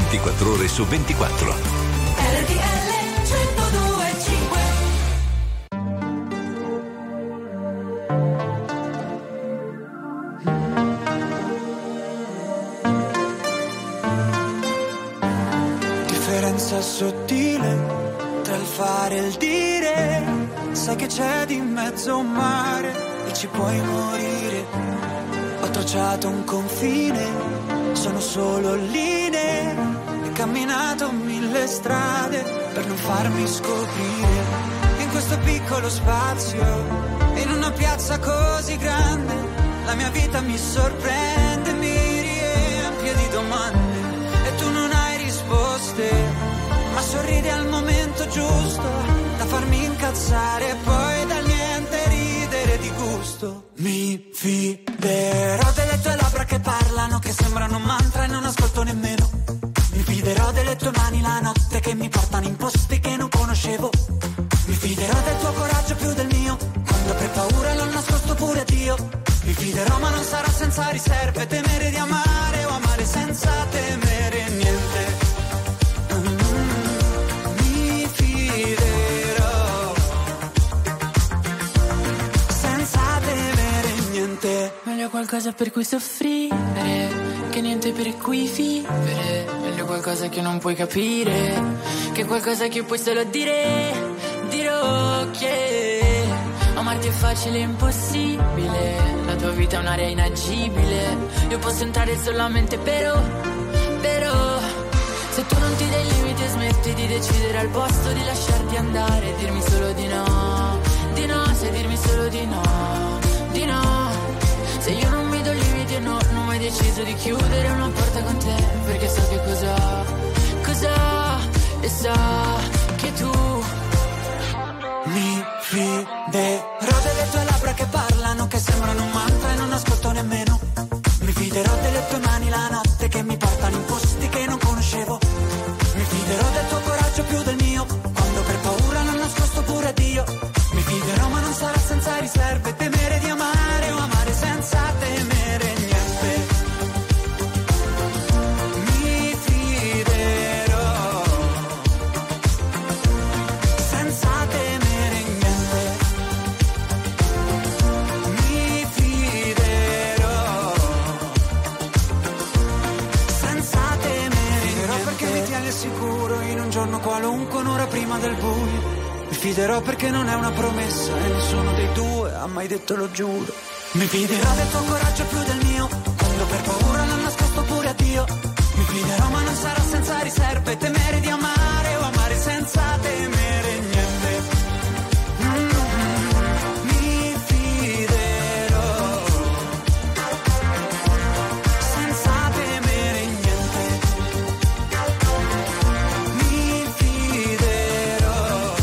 24 ore su 24. RTL 102.5. Differenza sottile tra il fare e il dire. Sai che c'è di mezzo un mare e ci puoi morire. Ho tracciato un confine, sono solo linee. Ho camminato 1000 strade per non farmi scoprire. In questo piccolo spazio, in una piazza così grande, la mia vita mi sorprende, mi riempie di domande. E tu non hai risposte, ma ma sorridi al momento giusto da farmi incazzare e poi dal niente ridere di gusto. Mi fiderò delle tue labbra che parlano, che sembrano un mantra e non ascolto nemmeno. Mi fiderò delle tue mani la notte che mi portano in posti che non conoscevo. Mi fiderò del tuo coraggio più del mio, quando per paura l'ho nascosto pure a Dio. Mi fiderò ma non sarò senza riserve, temere di amare o amare senza temere niente. Mi fiderò senza temere niente. Meglio qualcosa per cui soffrire che niente per cui vivere. Meglio qualcosa che non puoi capire che qualcosa che puoi solo dire. Dirò che amarti è facile e impossibile, la tua vita è un'area inagibile. Io posso entrare solamente però se tu non ti dai limiti e smetti di decidere al posto di lasciarti andare, dirmi solo di no, sai dirmi solo di no. Se io non mi do limiti e non ho mai deciso di chiudere una porta con te, perché so che cosa e so che tu mi fiderò delle tue labbra che parlano, che sembrano un mantra e non ascolto nemmeno. Mi fiderò delle tue mani la notte che mi portano in posti che non conoscevo. Mi fiderò del tuo coraggio più del mio, quando per paura l'ho nascosto pure a Dio. Mi fiderò ma non sarà senza riserve, temere di amare o amare senza temere niente. Mi fiderò senza temere niente. Mi fiderò senza temere niente. Perché mi tieni al sicuro in un giorno qualunque, un'ora prima del buio. Mi fiderò perché non è una promessa e nessuno dei due ha mai detto lo giuro. Mi fiderò del tuo coraggio più del mio, quando per paura l'ho nascosto pure a Dio. Mi fiderò ma non sarà senza riserve, temere di amare o amare senza temere niente. Mi fiderò senza temere niente. Mi fiderò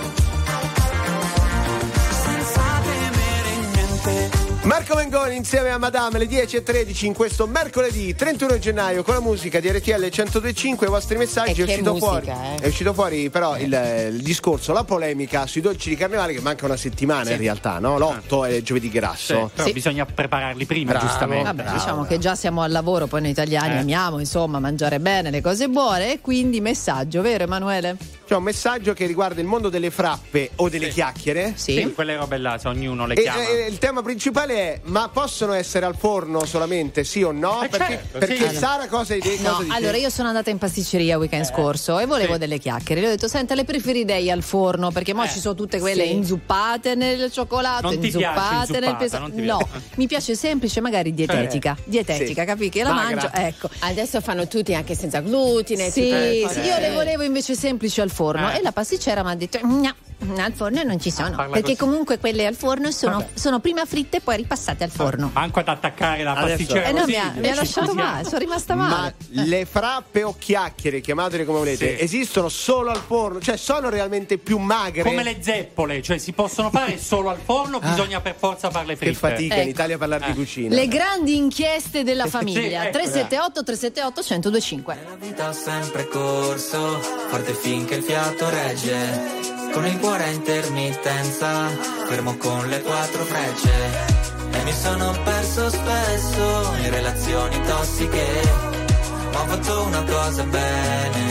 senza temere niente. Marco Mengoni insieme a Madame alle 10:13 in questo mercoledì 31 gennaio con la musica di RTL 102.5. I vostri messaggi. È uscito fuori però il discorso, la polemica sui dolci di carnevale, che manca una settimana in realtà, no? L'8 è giovedì grasso. Però bisogna prepararli prima. Bravo, giustamente. Vabbè, diciamo che già siamo al lavoro, poi noi italiani amiamo insomma mangiare bene, le cose buone, e quindi messaggio, vero Emanuele? C'è un messaggio che riguarda il mondo delle frappe o delle chiacchiere. Sì, quelle robe là, ognuno le chiama. Il tema principale è: ma possono essere al forno solamente, sì o no? Perché sì. Sara cosa dice? Allora io sono andata in pasticceria weekend scorso e volevo delle chiacchiere. Le ho detto: senta, le preferirei al forno, perché mo ci sono tutte quelle inzuppate nel cioccolato, non inzuppate nel peso. No, mi piace semplice, magari dietetica, capì? Che la mangio, ecco. Adesso fanno tutti anche senza glutine. Sì, io le volevo invece semplici al forno. E la pasticcera mi ha detto: no, al forno non ci sono, perché comunque quelle al forno sono prima fritte e poi ripassate al forno. Manco ad attaccare la pasticcera. No, mi ha lasciato male, sono rimasta male. Ma le frappe o chiacchiere, chiamatele come volete, esistono solo al forno? Cioè sono realmente più magre? Come le zeppole, cioè si possono fare solo al forno, bisogna per forza farle fritte. Che fatica in Italia parlare di cucina. Le grandi inchieste della famiglia. 378 378 1025. La vita ha sempre corso, forte finché il fiato regge, con il cuore a intermittenza, fermo con le 4 frecce. E mi sono perso spesso in relazioni tossiche, ma ho fatto una cosa bene: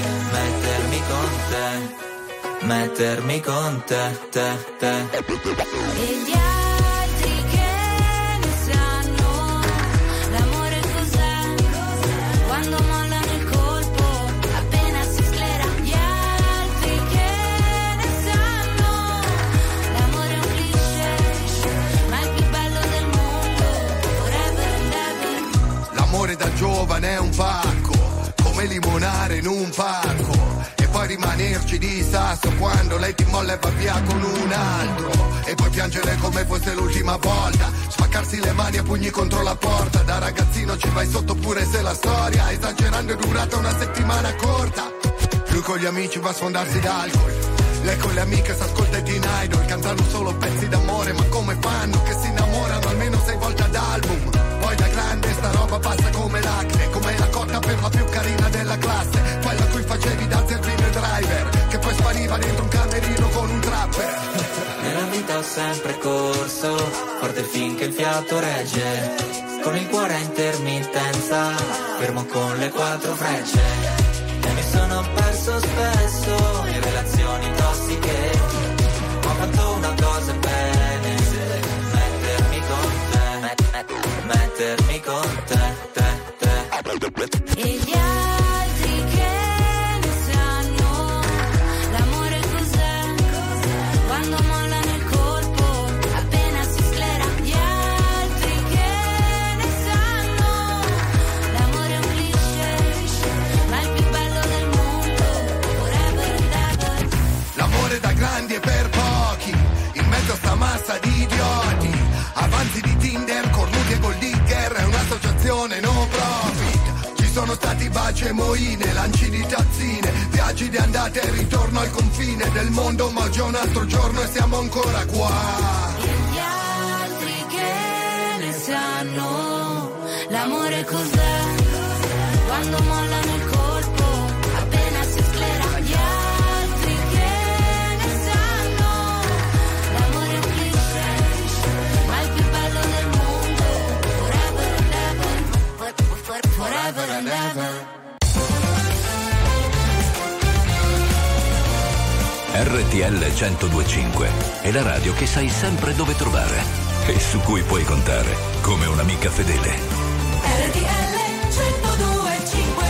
mettermi con te. E gli altri che ne sanno, l'amore cos'è, quando mollano il colpo, appena si sclera. Gli altri che ne sanno, l'amore è un cliché, ma è il più bello del mondo, forever and ever. L'amore da giovane è un pacco, come limonare in un parco, e poi rimanerci di sasso quando lei ti molla e va via con un altro, e poi piangere come fosse l'ultima volta, spaccarsi le mani a pugni contro la porta. Da ragazzino ci vai sotto pure se la storia, esagerando, è durata una settimana corta. Lui con gli amici va a sfondarsi d'alcol. Lei con le amiche s'ascolta i Teen Idol, cantano solo pezzi d'amore, ma come fanno che si innamorano almeno 6 volte ad album? Poi da grande sta roba passa come l'acne, come la cotta per la più carina della classe, quella a cui facevi da zerbino e driver, che poi spariva dentro un camerino con un trapper. Nella vita ho sempre corso, forte finché il fiato regge, con il cuore a intermittenza, fermo con le 4 frecce. E mi sono perso spesso in relazioni tossiche, ho fatto una cosa bene, mettermi con te. E gli altri che ne sanno, l'amore cos'è, quando mollano il colpo, appena si sclera. Gli altri che ne sanno, l'amore è un cliché, ma il più bello del mondo, forever and ever. L'amore da grandi e per pochi, in mezzo a sta massa di idioti, avanzi di Tinder, cornuti e gold digger, è un'associazione no profit. Ci sono stati baci e moine, lanci di tazzine, viaggi di andata e ritorno al confine del mondo, ma oggi è un altro giorno e siamo ancora qua. Gli altri che ne sanno, l'amore cos'è, quando mollano il colpo, appena si sclera. Gli altri che ne sanno, l'amore è un cliché, ma il più bello del mondo, forever and ever, forever and ever. RTL 102.5 è la radio che sai sempre dove trovare e su cui puoi contare come un'amica fedele. RTL 102.5.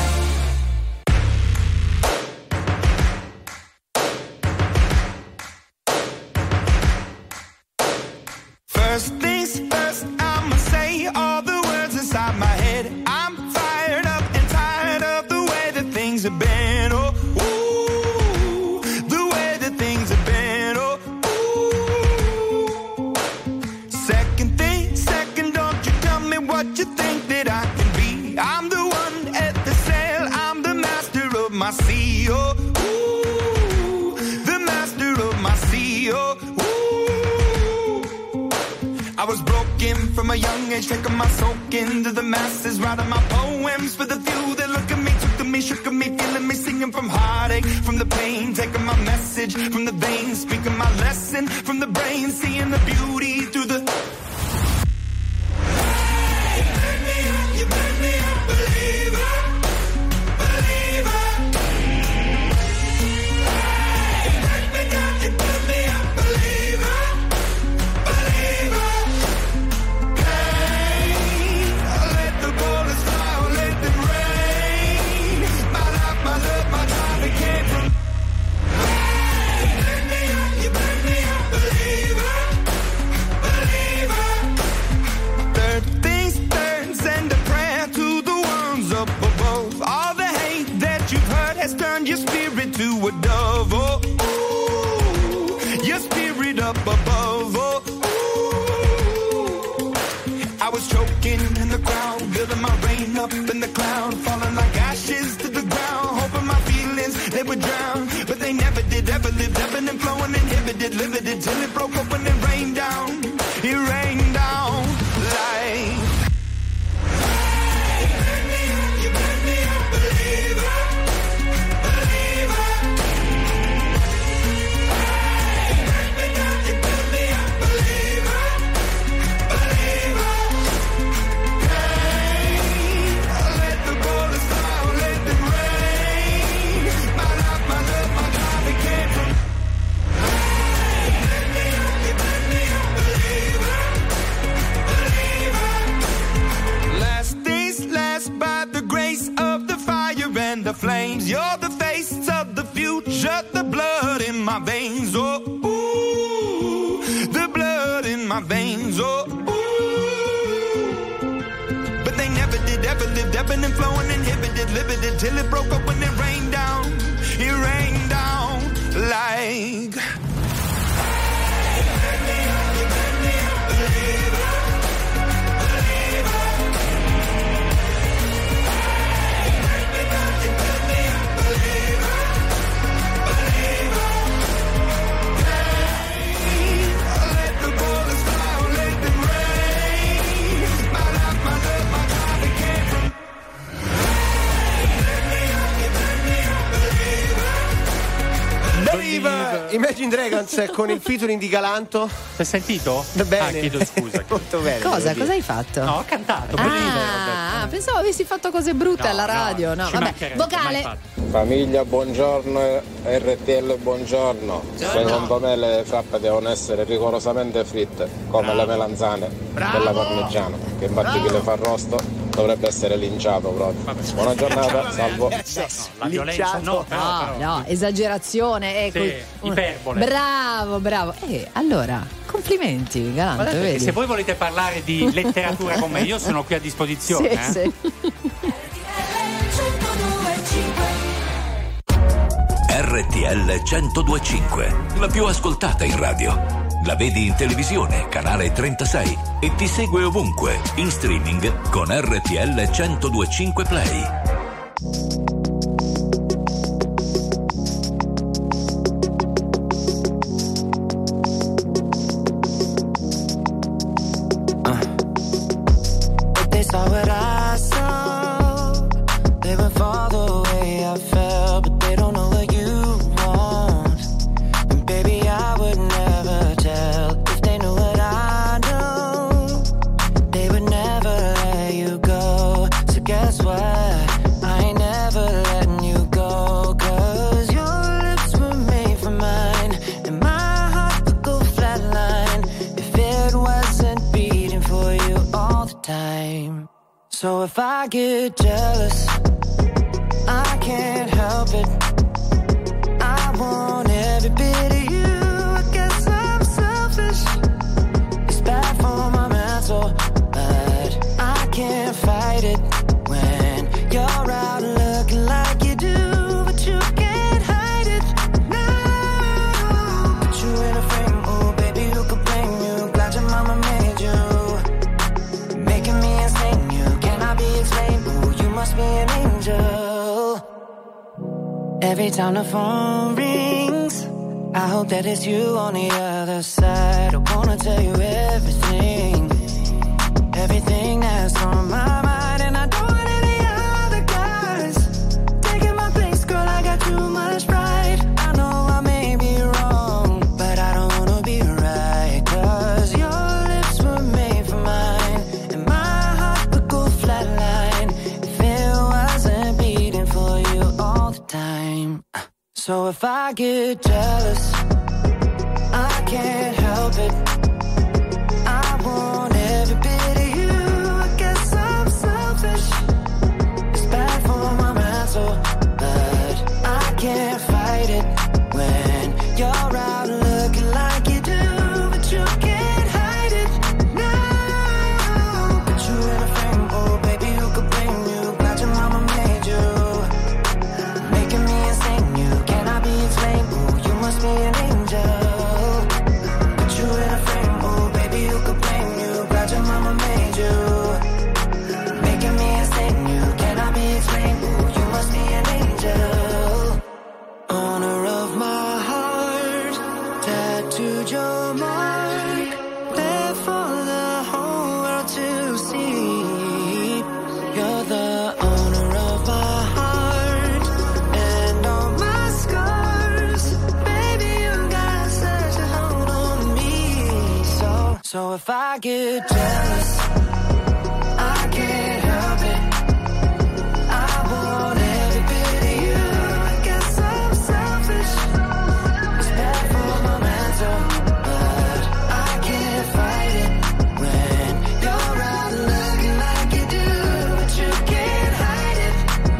First things first, I'ma say all the words inside my head. I'm fired up and tired of the way that things have been. Oh, ooh, the way that things have been. Oh, ooh. Second thing, second, don't you tell me what you think that I can be. I'm the one at the sail, I'm the master of my sea. Oh, ooh, the master of my sea. Oh, I was broken from a young age, taking my soak into the masses, writing my poems for the few that look at me, took to me, shook at me, feeling me, singing from heartache, from the pain, taking my message from the veins, speaking my lesson from the brain, seeing the beauty through the... Hey, you made me a believer, believer. Hey, you break me down, you made me a believer, believer. Has turned your spirit to a dove, oh, ooh, your spirit up above, oh, ooh. I was choking in the crowd, building my rain up in the cloud, falling like ashes to the ground, hoping my feelings, they would drown, but they never did, ever lived, ebbing and flowing, inhibited, limited, till it broke open and rained down, it rained down like... Hey, you made me a believer. The flames, you're the face of the future, the blood in my veins, oh, ooh, the blood in my veins, oh, ooh. But they never did, ever lived, ebbing and flowing, inhibited, limited, till it broke up when it rained down like... Dragons con il featuring di Galanto. Hai sentito? Bene. Chiedo scusa. Molto bene. Cosa hai fatto? No, ho cantato. Pensavo avessi fatto cose brutte alla radio. No, vabbè. Vocale. Famiglia, buongiorno. RTL, buongiorno. Secondo me le frappe devono essere rigorosamente fritte, come le melanzane della parmigiana, che infatti chi le fa arrosto dovrebbe essere linciato proprio. Buona giornata, salvo. La violenza no, esagerazione, iperbole. Bravo. Allora, complimenti, Galanto. Guardate, se voi volete parlare di letteratura con me, io sono qui a disposizione. Sì. RTL 102.5, la più ascoltata in radio. La vedi in televisione, canale 36, e ti segue ovunque, in streaming con RTL 102.5 Play. They saw what I saw. They would fall the way I felt, but they don't know what you want. And baby, I would never tell. If they knew what I know, they would never let you go. So guess what? I ain't never letting you go. 'Cause your lips were made for mine, and my heart would go flatline if it wasn't beating for you all the time. So if I get jealous, I can't help it. I want every bit of you. I guess I'm selfish. It's bad for my mental, but I can't fight it when you're out looking like you do, but you can't hide it. No, put you in a frame, oh baby, who could blame you? Glad your mama made you, making me insane. You cannot be explained. Oh, you must be an angel. Every time the phone rings, I hope that it's you on the other side. I wanna tell you everything that's on my mind, and I don't want any other guys taking my place, girl. I got too much pride. I know I may be wrong, but I don't wanna be right. 'Cause your lips were made for mine, and my heart would go flatline if it wasn't beating for you all the time. So if I get jealous, I can't help it. I want every bit of you. I guess I'm selfish. It's bad for my mental, but I can't fight it when you're out looking like you do, but you can't hide it. No, put you in a frame, oh baby, who could blame you? Glad your mama made you, making me insane. You cannot be explained. Oh, you must be an angel. Put you in a frame, oh baby, who could blame you? Glad your mama made you, making me insane. You cannot be explained. Oh, you must be an angel. Owner of my heart, tattooed your mark, there for the whole world to see. You're the owner of my heart and all my scars. Baby, you got such a hold on me. So if I get jealous, I can't help it. I want every bit of you. I guess I'm selfish. It's bad for my mental, but I can't fight it when you're out looking like you do, but you can't hide it.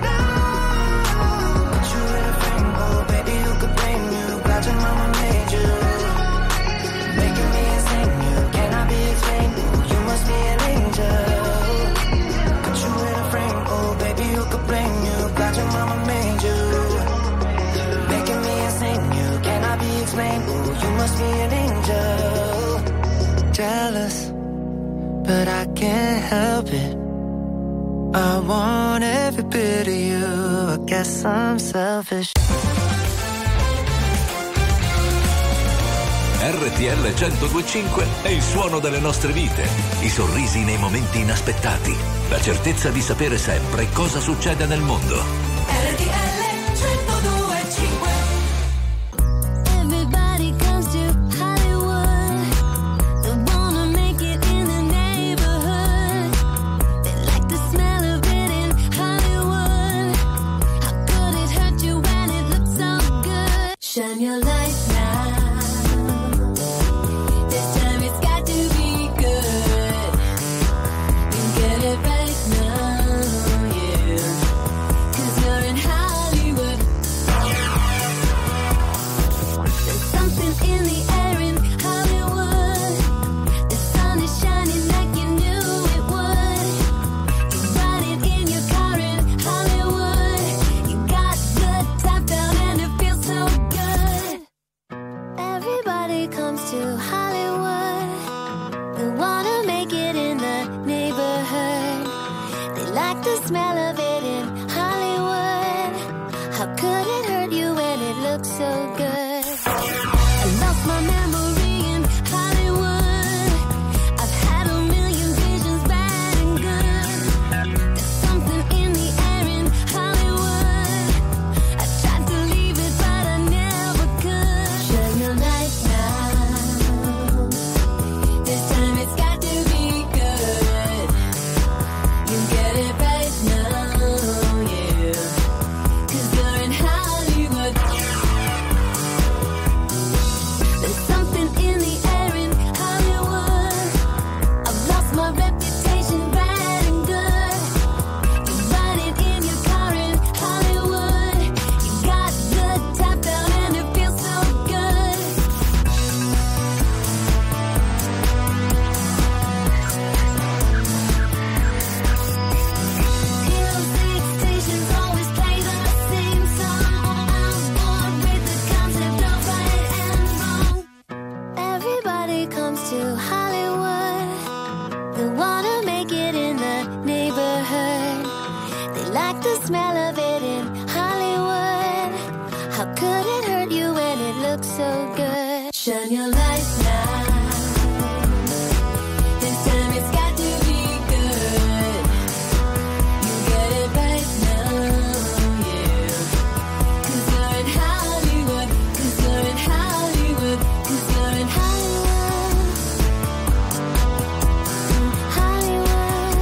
No, put you in a frame, oh baby, who could blame you? Glad your mama made you, making me insane. You cannot be explained. Oh, you must be an angel. Put you in a frame, oh baby, who could blame you? Glad your mama made you, making me insane. You cannot be explained. Oh, you must be an angel. Jealous, but I can't help it. I want every bit of you. I guess I'm selfish. RTL 102.5 è il suono delle nostre vite, i sorrisi nei momenti inaspettati, la certezza di sapere sempre cosa succede nel mondo. RTL 102.5. Everybody our reputation bad and good. You ride it in your car in Hollywood. You got good tap out and it feels so good. Hero 6 stations always play the same song. I'm bored with the concept of right and wrong. Everybody comes to Hollywood. They wanna make it in the neighborhood. They like the smell of it in Hollywood. How could it hurt you when it looks so good? Shine your light now. This time it's got to be good. You get it right now, yeah. 'Cause you're in Hollywood. 'Cause you're in Hollywood. 'Cause you're in Hollywood. Hollywood.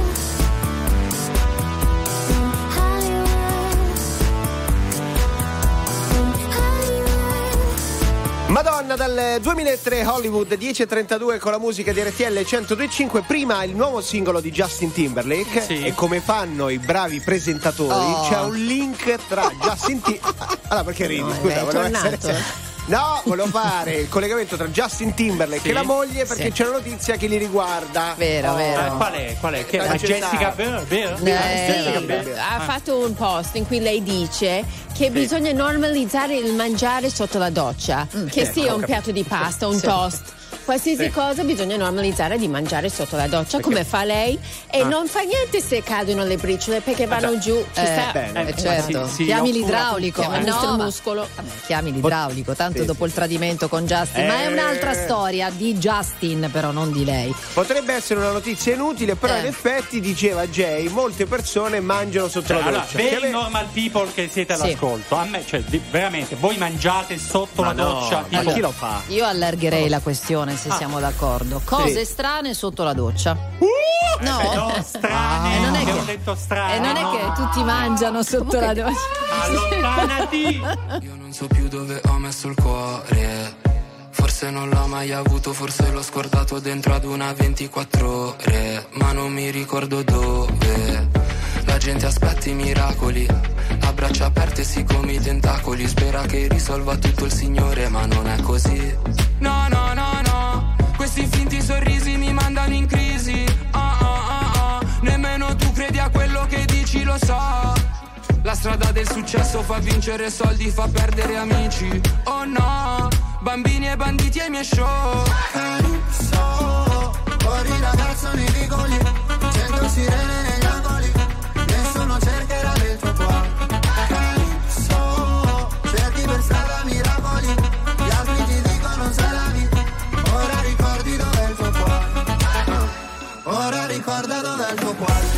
Madonna dal 2003 Hollywood 10:32 con la musica di RTL 102.5. Prima il nuovo singolo di Justin Timberlake, Sì. e come fanno i bravi presentatori c'è un link tra Justin Timberlake. Allora perché ridi? Scusa, volevo essere... No, volevo fare il collegamento tra Justin Timberlake e la moglie, perché c'è una notizia che li riguarda. Vero, vero. Qual è? Che è Jessica Biel? Ha fatto un post in cui lei dice che bisogna normalizzare il mangiare sotto la doccia, che sia un piatto di pasta, un toast. Qualsiasi cosa bisogna normalizzare di mangiare sotto la doccia, come fa lei, e non fa niente se cadono le briciole perché vanno giù. Ci sta. Certo. Chiami l'idraulico. No, muscolo. Chiami l'idraulico, tanto dopo il tradimento con Justin. Ma è un'altra storia di Justin, però non di lei. Potrebbe essere una notizia inutile, però in effetti, diceva Jay, molte persone mangiano sotto la doccia. Per i normal people che siete all'ascolto, a me, cioè, veramente, voi mangiate sotto la doccia? Ma chi lo fa? Io allargherei la questione, se siamo d'accordo. Cose strane sotto la doccia. No, strane. Non è che ho detto strane. non è che tutti mangiano sotto la doccia. Allontanati. Io non so più dove ho messo il cuore. Forse non l'ho mai avuto, forse l'ho scordato dentro ad una 24 ore. Ma non mi ricordo dove. La gente aspetta i miracoli, a braccia aperte sì come i tentacoli. Spera che risolva tutto il Signore, ma non è così. No, no, no, no. Questi finti sorrisi mi mandano in crisi. Nemmeno tu credi a quello che dici, lo so. La strada del successo fa vincere soldi, fa perdere amici. Oh no, bambini e banditi ai miei show. Calypso, fuori ragazzo nei vicoli, 100 sirene negli angoli, nessuno cercherà del tuo cuore. Calypso, cerchi per strada miracoli, gli altri ti dicono sei la vita, ora ricordi dov'è il tuo cuore. Ora ricorda dov'è il tuo cuore.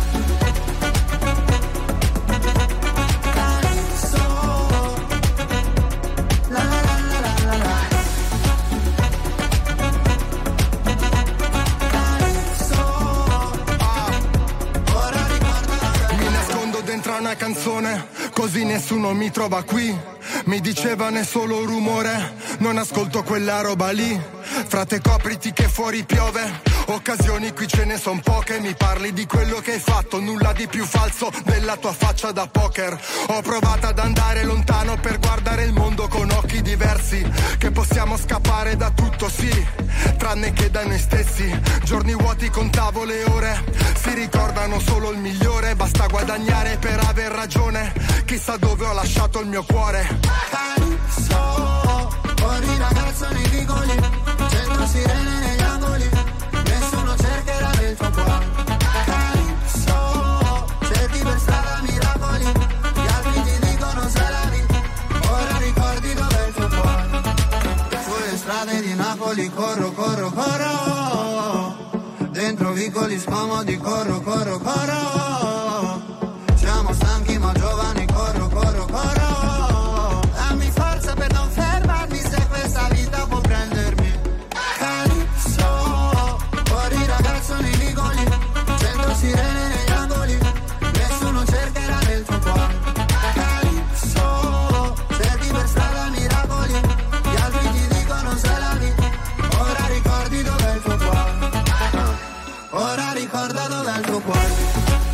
Una canzone, così nessuno mi trova qui. Mi dicevano è solo rumore, non ascolto quella roba lì. Frate copriti che fuori piove, occasioni qui ce ne son poche. Mi parli di quello che hai fatto, nulla di più falso della tua faccia da poker. Ho provato ad andare lontano per guardare il mondo con occhi diversi. Che possiamo scappare da tutto sì, tranne che da noi stessi. Giorni vuoti contavo le ore, si ricordano solo il migliore. Basta guadagnare per aver ragione, chissà dove ho lasciato il mio cuore. Calypso, fuori ragazzo nei vicoli, 100 sirene negli angoli, nessuno cercherà del tuo cuore. Calypso, cerchi per strada miracoli, gli altri ti dicono sei la vita, ora ricordi dov'è il tuo cuore. Sulle strade di Napoli corro, corro, corro, dentro vicoli scomodi corro, corro, corro. Siamo stanchi ma giovani, corro, corro, corro. Dammi forza per non fermarmi se questa vita può prendermi. Calypso, fuori ragazzo nei vicoli, 100 sirene negli angoli, nessuno cercherà del tuo cuore. Calypso, cerchi per strada miracoli, gli altri ti dicono sei la vita, ora ricordi dov'è il tuo cuore. ora ricorda dov'è il tuo cuore.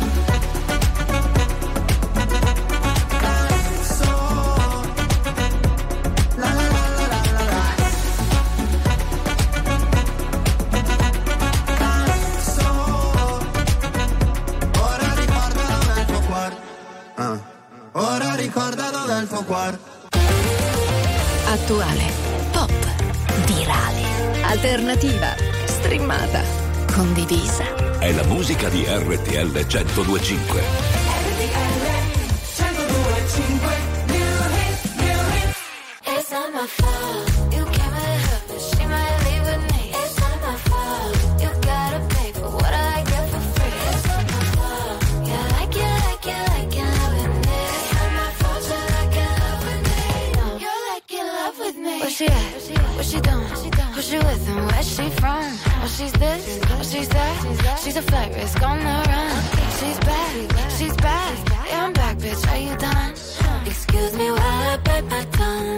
Ora ricorda dov'è il tuo cuore. Attuale, pop, virale, alternativa, streamata, condivisa. È la musica di RTL 102.5. RTL 102.5. It's not my fault. You came with her, but she might leave with me. It's not my fault. You gotta pay for what I get for free. It's not my fault. You like it, like it, like it, loving me. It's not my fault. You like it, love with me. No, you like it, love with me. Where she at? What she doing? Who she with and where she from? Oh, she's this, oh, she's that. She's a flight risk on the run. She's back, she's back. Yeah, I'm back, bitch. Are you done? Excuse me while I bite my tongue.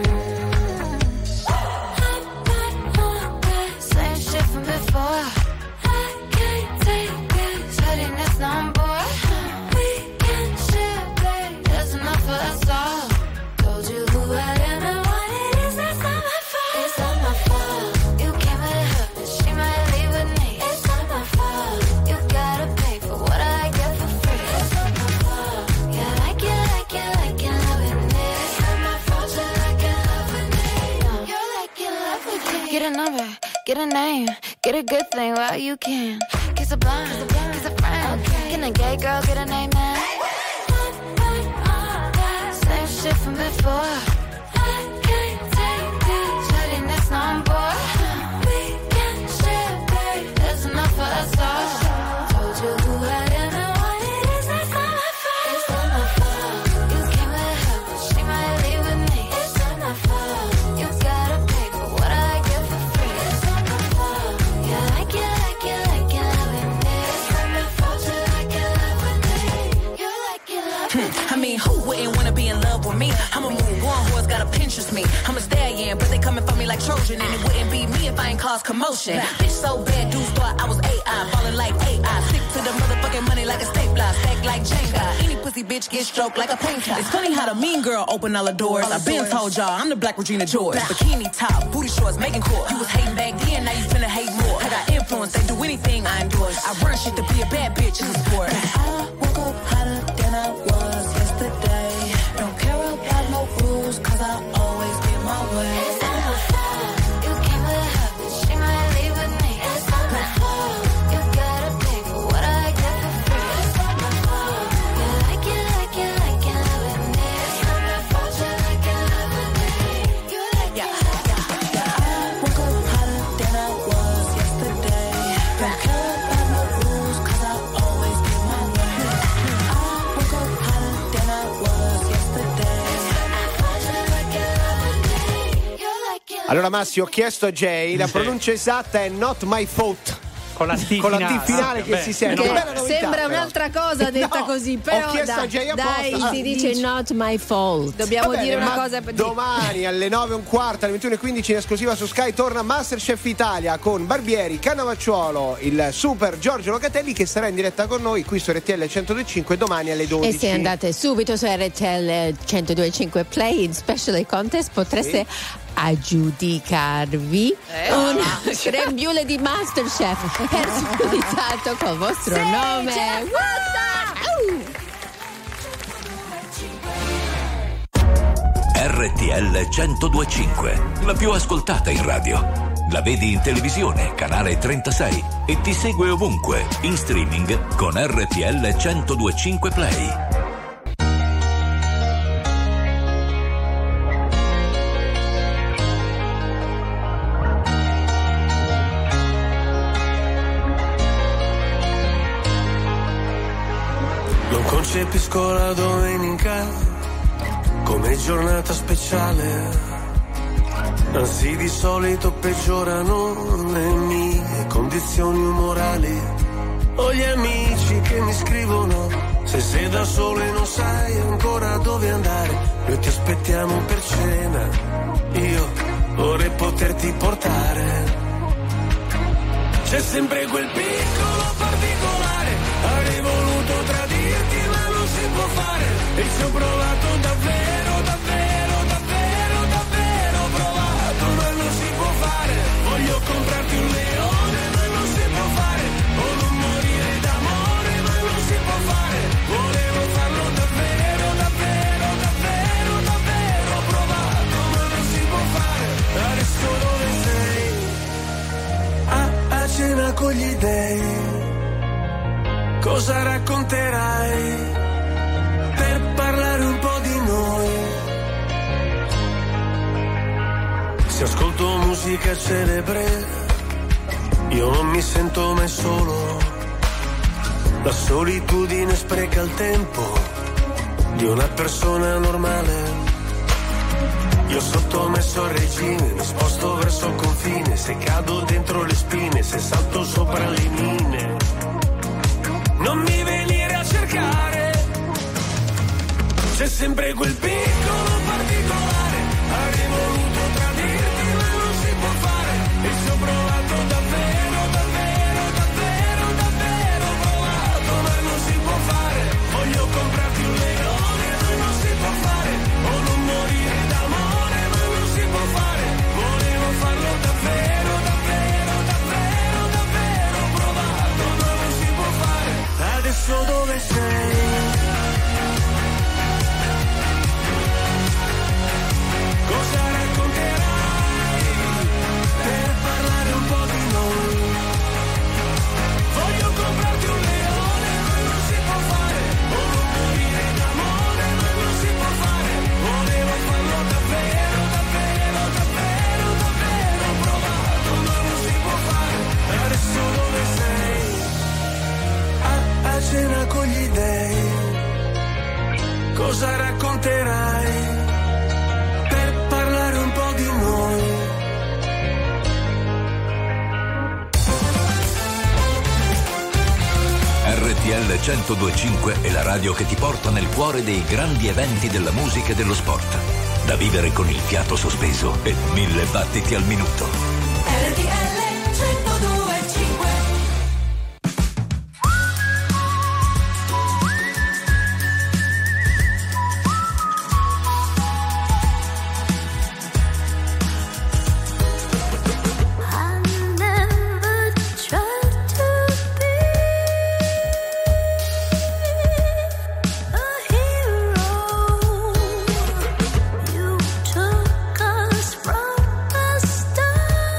Same shit from before. I can't take it. Shutting this number. We can share, babe. There's enough for us all. Told you who I am and what it is. That's not my fault. It's not my fault. You came with her, but she might leave with me. It's not my fault. You gotta pay for what I get for free. It's not my fault. Yeah, like it, like it, like it, loving me. It's not my fault. You like it, love with me. No, you like it, love with me. Get a number, get a name, get a good thing while you can. Kiss a blind, kiss a friend. Get a gay girl, get a name man. Same shit from before. I can't take it. Shutting this number. We can share, babe. There's enough for us all. Told you who I am and what it is. That's not my fault. It's not my fault. You came with her, but she might leave with me. It's not my fault. You gotta pay for what I get for free. It's not my fault. Yeah, like it, like it, like it, loving me. It's not my fault. You like it, love with me. You like it, love with me. I mean, who wouldn't wanna be in love with me? I'm a move on, who's gotta Pinterest me. I'm a stallion, but they coming for me like Trojan. And it wouldn't be me if I ain't cause commotion. Bitch so bad, dudes thought I was AI, falling like AI. Stick to the motherfucking money like a stapler, stack like Jenga. Any pussy bitch get stroked like a painter. It's funny how the mean girl open all the doors. I've been told y'all, I'm the Black Regina George. Bikini top, booty shorts, making cool. You was hating back then, now you finna hate more. I got influence, they do anything I endorse. I run shit to be a bad bitch in the sport. I woke up hotter than I was yesterday. Don't care about no rules, cause I always get my way. It's not my fault. You came with her, but she might leave with me. It's not my fault. You gotta pay for what I get for free. It's not my fault. You like it, like it, like it, love with me. It's not my fault. You like it, love with me. You like it, I woke up hotter than I was yesterday. Don't care about no rules, cause I always get my way. I woke up hotter than I was yesterday. Allora Massi, ho chiesto a Jay, la pronuncia esatta è not my fault. Con la T finale che si sente. Sembra un'altra cosa detta così, però ho chiesto a Jay apposta. Si dice not my fault. Dobbiamo dire una cosa per domani alle 9:15, alle 21:15 in esclusiva su Sky torna Masterchef Italia con Barbieri, Cannavacciuolo, il super Giorgio Locatelli che sarà in diretta con noi qui su RTL 102.5 domani alle 12. E se andate subito su RTL 102.5 Play in Special Contest potreste aggiudicarvi un grembiule di Masterchef personalizzato col vostro nome. RTL 102.5, la più ascoltata in radio. La vedi in televisione, canale 36 e ti segue ovunque, in streaming con RTL 102.5 Play. Concepisco la domenica come giornata speciale, anzi di solito peggiorano le mie condizioni umorali. Ho gli amici che mi scrivono se sei da solo e non sai ancora dove andare, noi ti aspettiamo per cena, io vorrei poterti portare. C'è sempre quel piccolo particolare, avrei voluto tradirti ma non si può fare, e ci ho provato davvero, davvero, davvero, davvero provato, ma non si può fare, voglio comprarti un leone ma non si può fare, o non morire d'amore ma non si può fare, volevo farlo davvero, davvero, davvero, davvero provato, ma non si può fare, adesso dove sei? A cena con gli dèi, cosa racconterai per parlare un po' di noi? Se ascolto musica celebre, io non mi sento mai solo, la solitudine spreca il tempo di una persona normale. Io sottomesso al regime, mi sposto verso il confine, se cado dentro le spine, se salto sopra le mine. Non mi venire a cercare, c'è sempre quel piccolo particolare, avrei voluto tradirti ma non si può fare, e ci ho provato davvero, davvero, davvero, davvero provato, ma non si può fare, voglio comprarti un leone ma non si può fare, o non morire d'amore ma non si può fare, volevo farlo davvero, davvero, davvero, davvero provato, ma non si può fare, adesso dove sei? Cosa racconterai per parlare un po' di noi? Voglio comprarti un leone ma non si può fare, o non morire d'amore ma non si può fare, volevo farlo davvero, davvero, davvero, davvero provato, ma non si può fare, adesso dove sei? A cena con gli dèi, cosa racconterai per parlare un po' di noi? RTL 102.5 è la radio che ti porta nel cuore dei grandi eventi della musica e dello sport. Da vivere con il fiato sospeso e 1000 battiti al minuto. RTL 102.5. Took us from the start.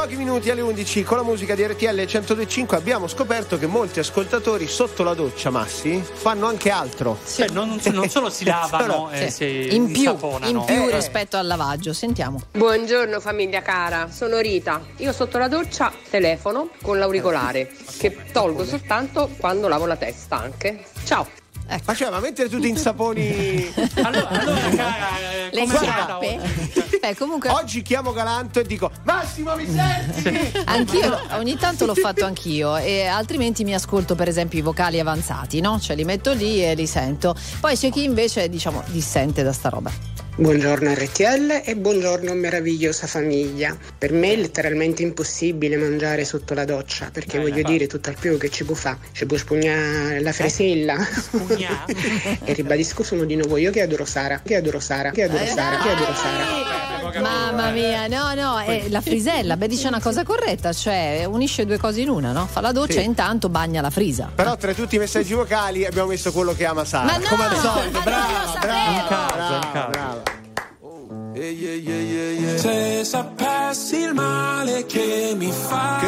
pochi minuti alle 11 con la musica di RTL 102.5 abbiamo scoperto che molti ascoltatori sotto la doccia, Massi, fanno anche altro. Sì. Non solo si lavano, in più rispetto al lavaggio. Sentiamo. Buongiorno famiglia cara, sono Rita. Io sotto la doccia telefono con l'auricolare che tolgo soltanto quando lavo la testa anche. Ciao. Ma mentre tu ti insaponi allora cara, le sciarpe. Comunque oggi chiamo Galanto e dico: Massimo, mi senti? Anch'io ogni tanto l'ho fatto anch'io, e altrimenti mi ascolto per esempio i vocali avanzati, no? Cioè li metto lì e li sento. Poi c'è chi invece dissente da sta roba. Buongiorno RTL e buongiorno meravigliosa famiglia. Per me è letteralmente impossibile mangiare sotto la doccia, perché voglio dire, tutto al più che ci può fare? Ci può spugnare la fresella? E ribadisco sono di nuovo io che adoro Sara. Mamma mia, no, è la frisella. Beh, dice una cosa corretta, cioè unisce due cose in una, no? Fa la doccia e intanto bagna la frisa. Però tra tutti i messaggi vocali abbiamo messo quello che ama Sara. Ma no, come al solito, brava. Se sapessi il male che mi fai,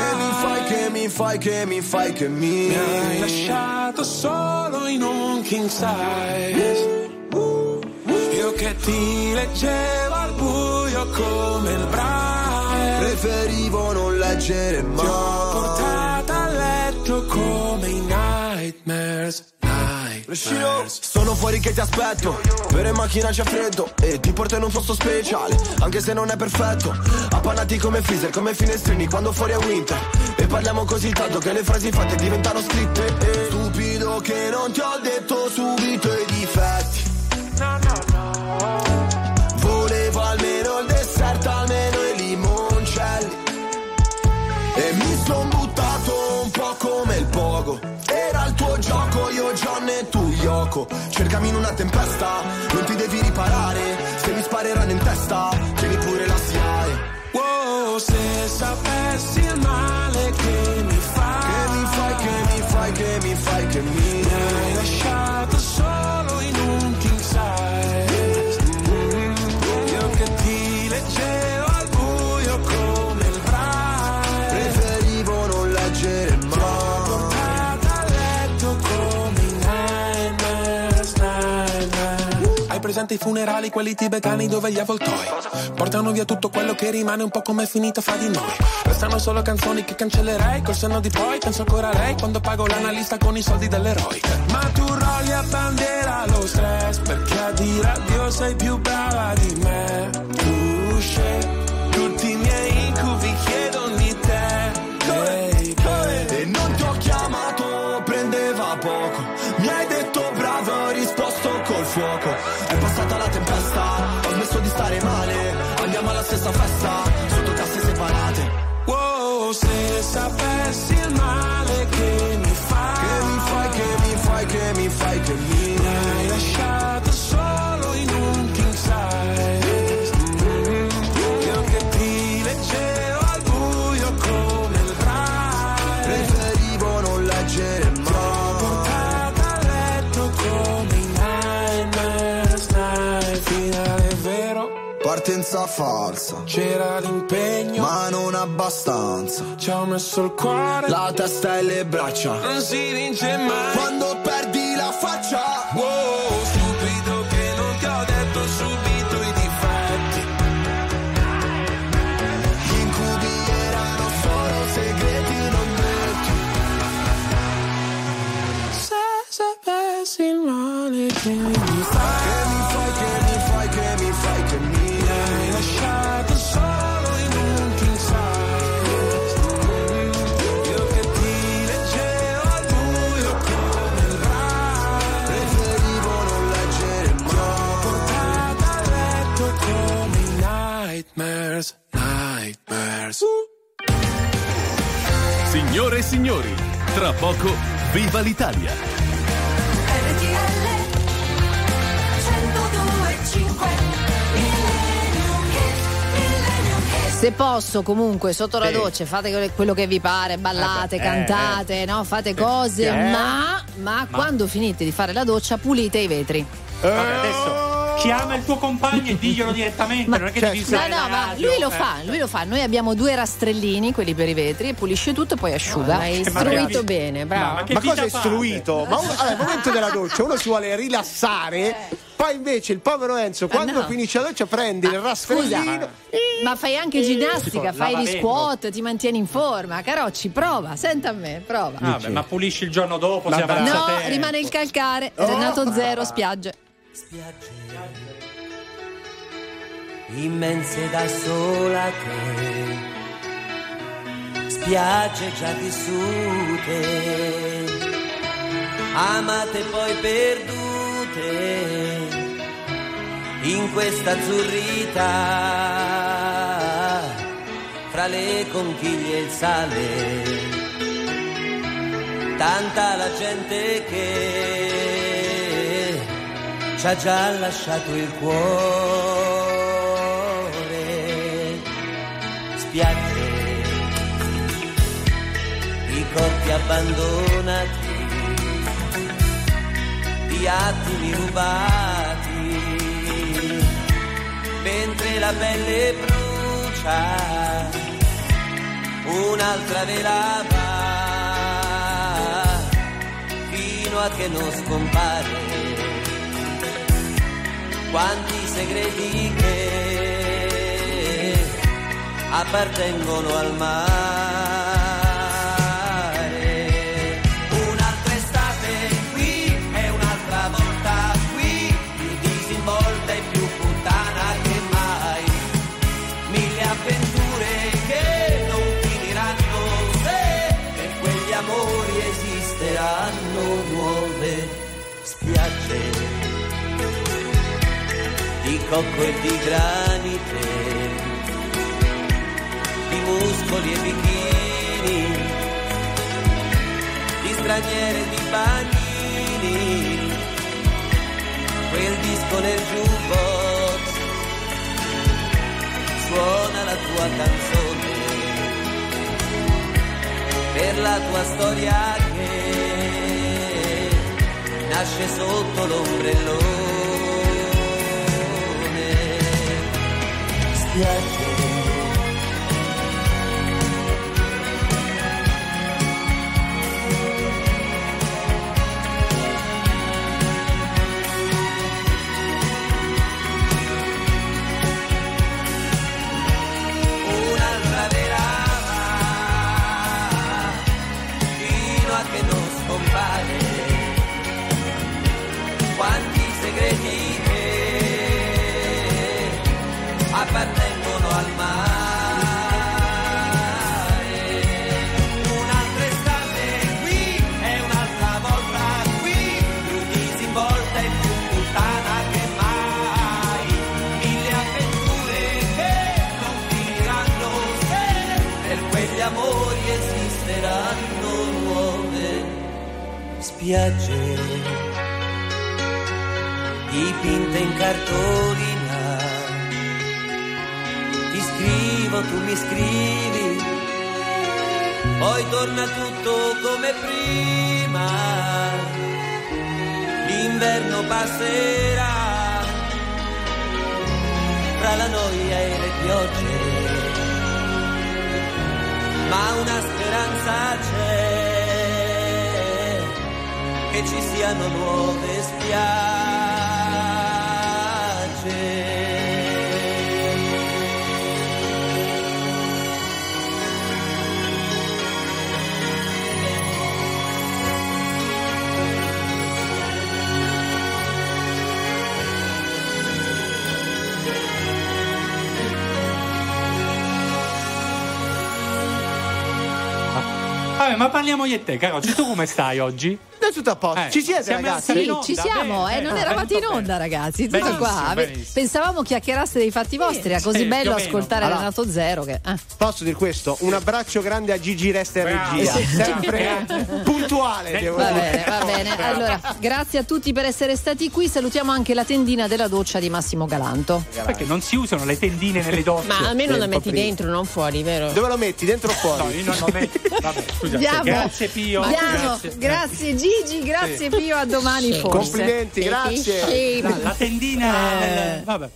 che mi hai lasciato solo in un king size. Io che ti leggevo al buio come il Braille, preferivo non leggere mai. Ti ho portata a letto come i nightmares. Sono fuori che ti aspetto, per in macchina c'è freddo e ti porto in un posto speciale, anche se non è perfetto. Appannati come freezer, come finestrini quando fuori è winter, e parliamo così tanto che le frasi fatte diventano scritte. Stupido che non ti ho detto subito i difetti. Volevo almeno il dessert, almeno i limoncelli, e mi son buttato un po' come il pogo. Era il tuo gioco, io John e tu Yoko. Cercami in una tempesta, non ti devi riparare. Se mi spareranno in testa, tieni pure la SIAE. Wow, se sapessi il male che mi fai, che mi hai lasciato solo in un king size. Io che ti leggevo al buio come il Braille, preferivo non leggere mai. Hai presente i funerali, quelli tibetani dove gli avvoltoi portano via tutto quello che rimane, un po' come è finita fra di noi. Restano solo canzoni che cancellerei, col senno di poi penso ancora a lei quando pago l'analista con i soldi dell'eroe. Ma tu rolli a bandiera lo stress, perché a dire addio sei più brava di me. Tu scegli tutti i miei incubi, chiedono di te, baby. E non ti ho chiamato, prendeva poco. Mi hai detto bravo, ho risposto col fuoco. È passata la tempesta, ho smesso di stare male. Andiamo alla stessa festa, sotto casse separate. Wow, se sapessi il male che mi fai, che mi hai lasciato solo in un king size. Io che ti leggevo al buio come il Braille, preferivo non leggere mai. Portata a letto come i nightmares. Finale vero, partenza falsa. C'era l'impegno, ma non abbastanza. Ci ho messo il cuore, la testa e le braccia. Non si vince mai quando perdi la faccia. Wow, stupido che non ti ho detto subito i difetti. Gli incubi erano solo segreti, non metti. Se sapessi il male che mi fai, che mi hai lasciato solo in un king size. Io che ti leggevo al buio come il Braille, preferivo non leggere mai. Portata a letto come i nightmares. Signore e signori, tra poco viva l'Italia. RTL 102.5. Se posso, comunque, sotto la doccia fate quello che vi pare, ballate, cantate, no? Fate cose, ma quando finite di fare la doccia pulite i vetri. Vabbè, adesso chiama il tuo compagno e diglielo direttamente, non è che devi usare la ma radio. lui lo fa. Noi abbiamo 2 rastrellini, quelli per i vetri, e pulisce tutto e poi asciuga. Ma hai istruito bene, bravo. Ma cosa è istruito? Ma al momento della doccia uno si vuole rilassare, poi invece il povero Enzo quando finisce la doccia prende il rastrellino. Ma fai anche ginnastica, fai gli squat, ti mantieni in forma. Carocci, prova, senta a me, prova. Vabbè, ma pulisci il giorno dopo, no, rimane il calcare. Renato Zero, spiagge. Immense da sola te, spiagge già vissute, amate poi perdute, in questa azzurrità, fra le conchiglie e il sale, tanta la gente che ci ha già lasciato il cuore. Spiagge, i corpi abbandonati, di attimi rubati, mentre la pelle brucia, un'altra velava, fino a che non scompare. Quanti segreti che appartengono al mare. Un'altra estate qui e un'altra volta qui, più disinvolta e più puttana che mai. 1000 avventure che non finiranno se per quegli amori esisteranno nuove spiagge di cocco e di granite, di muscoli e bikini, di straniere e di bagnini, quel disco nel jukebox, suona la tua canzone, per la tua storia che nasce sotto l'ombrellone. Spiagge, un'altra velava, fino a che non scompare. Quanti segreti appartengono al mare. Un'altra estate qui e un'altra volta qui, più disinvolta e più puttana che mai. 1000 avventure che non finiranno se per quegli amori esisteranno nuove spiagge dipinte in cartolina. Ti scrivo, tu mi scrivi, poi torna tutto come prima. L'inverno passerà tra la noia e le piogge, ma una speranza c'è, che ci siano nuove spiagge. Vabbè, ma parliamo io e te, Carocci, tu come stai oggi? È tutto a posto. Ci siete, ragazzi? Sì, ci siamo, non eravate in onda, ragazzi. Tutto benissimo, qua. Benissimo. Pensavamo chiacchieraste dei fatti vostri, era così bello ascoltare allora, Renato Zero. Che, Posso dire questo? Un abbraccio grande a Gigi Resta in regia. Sempre puntuale, devo dire. Va bene. Allora, grazie a tutti per essere stati qui. Salutiamo anche la tendina della doccia di Massimo Galanto. Perché non si usano le tendine nelle docce. Ma almeno la metti dentro, non fuori, vero? Dove lo metti? Dentro o fuori? No, io non lo metto. Vabbè, scusa. Andiamo. Grazie Pio. Grazie Gigi. Luigi, grazie Pio, a domani forse. Complimenti, grazie. La tendina. Vabbè.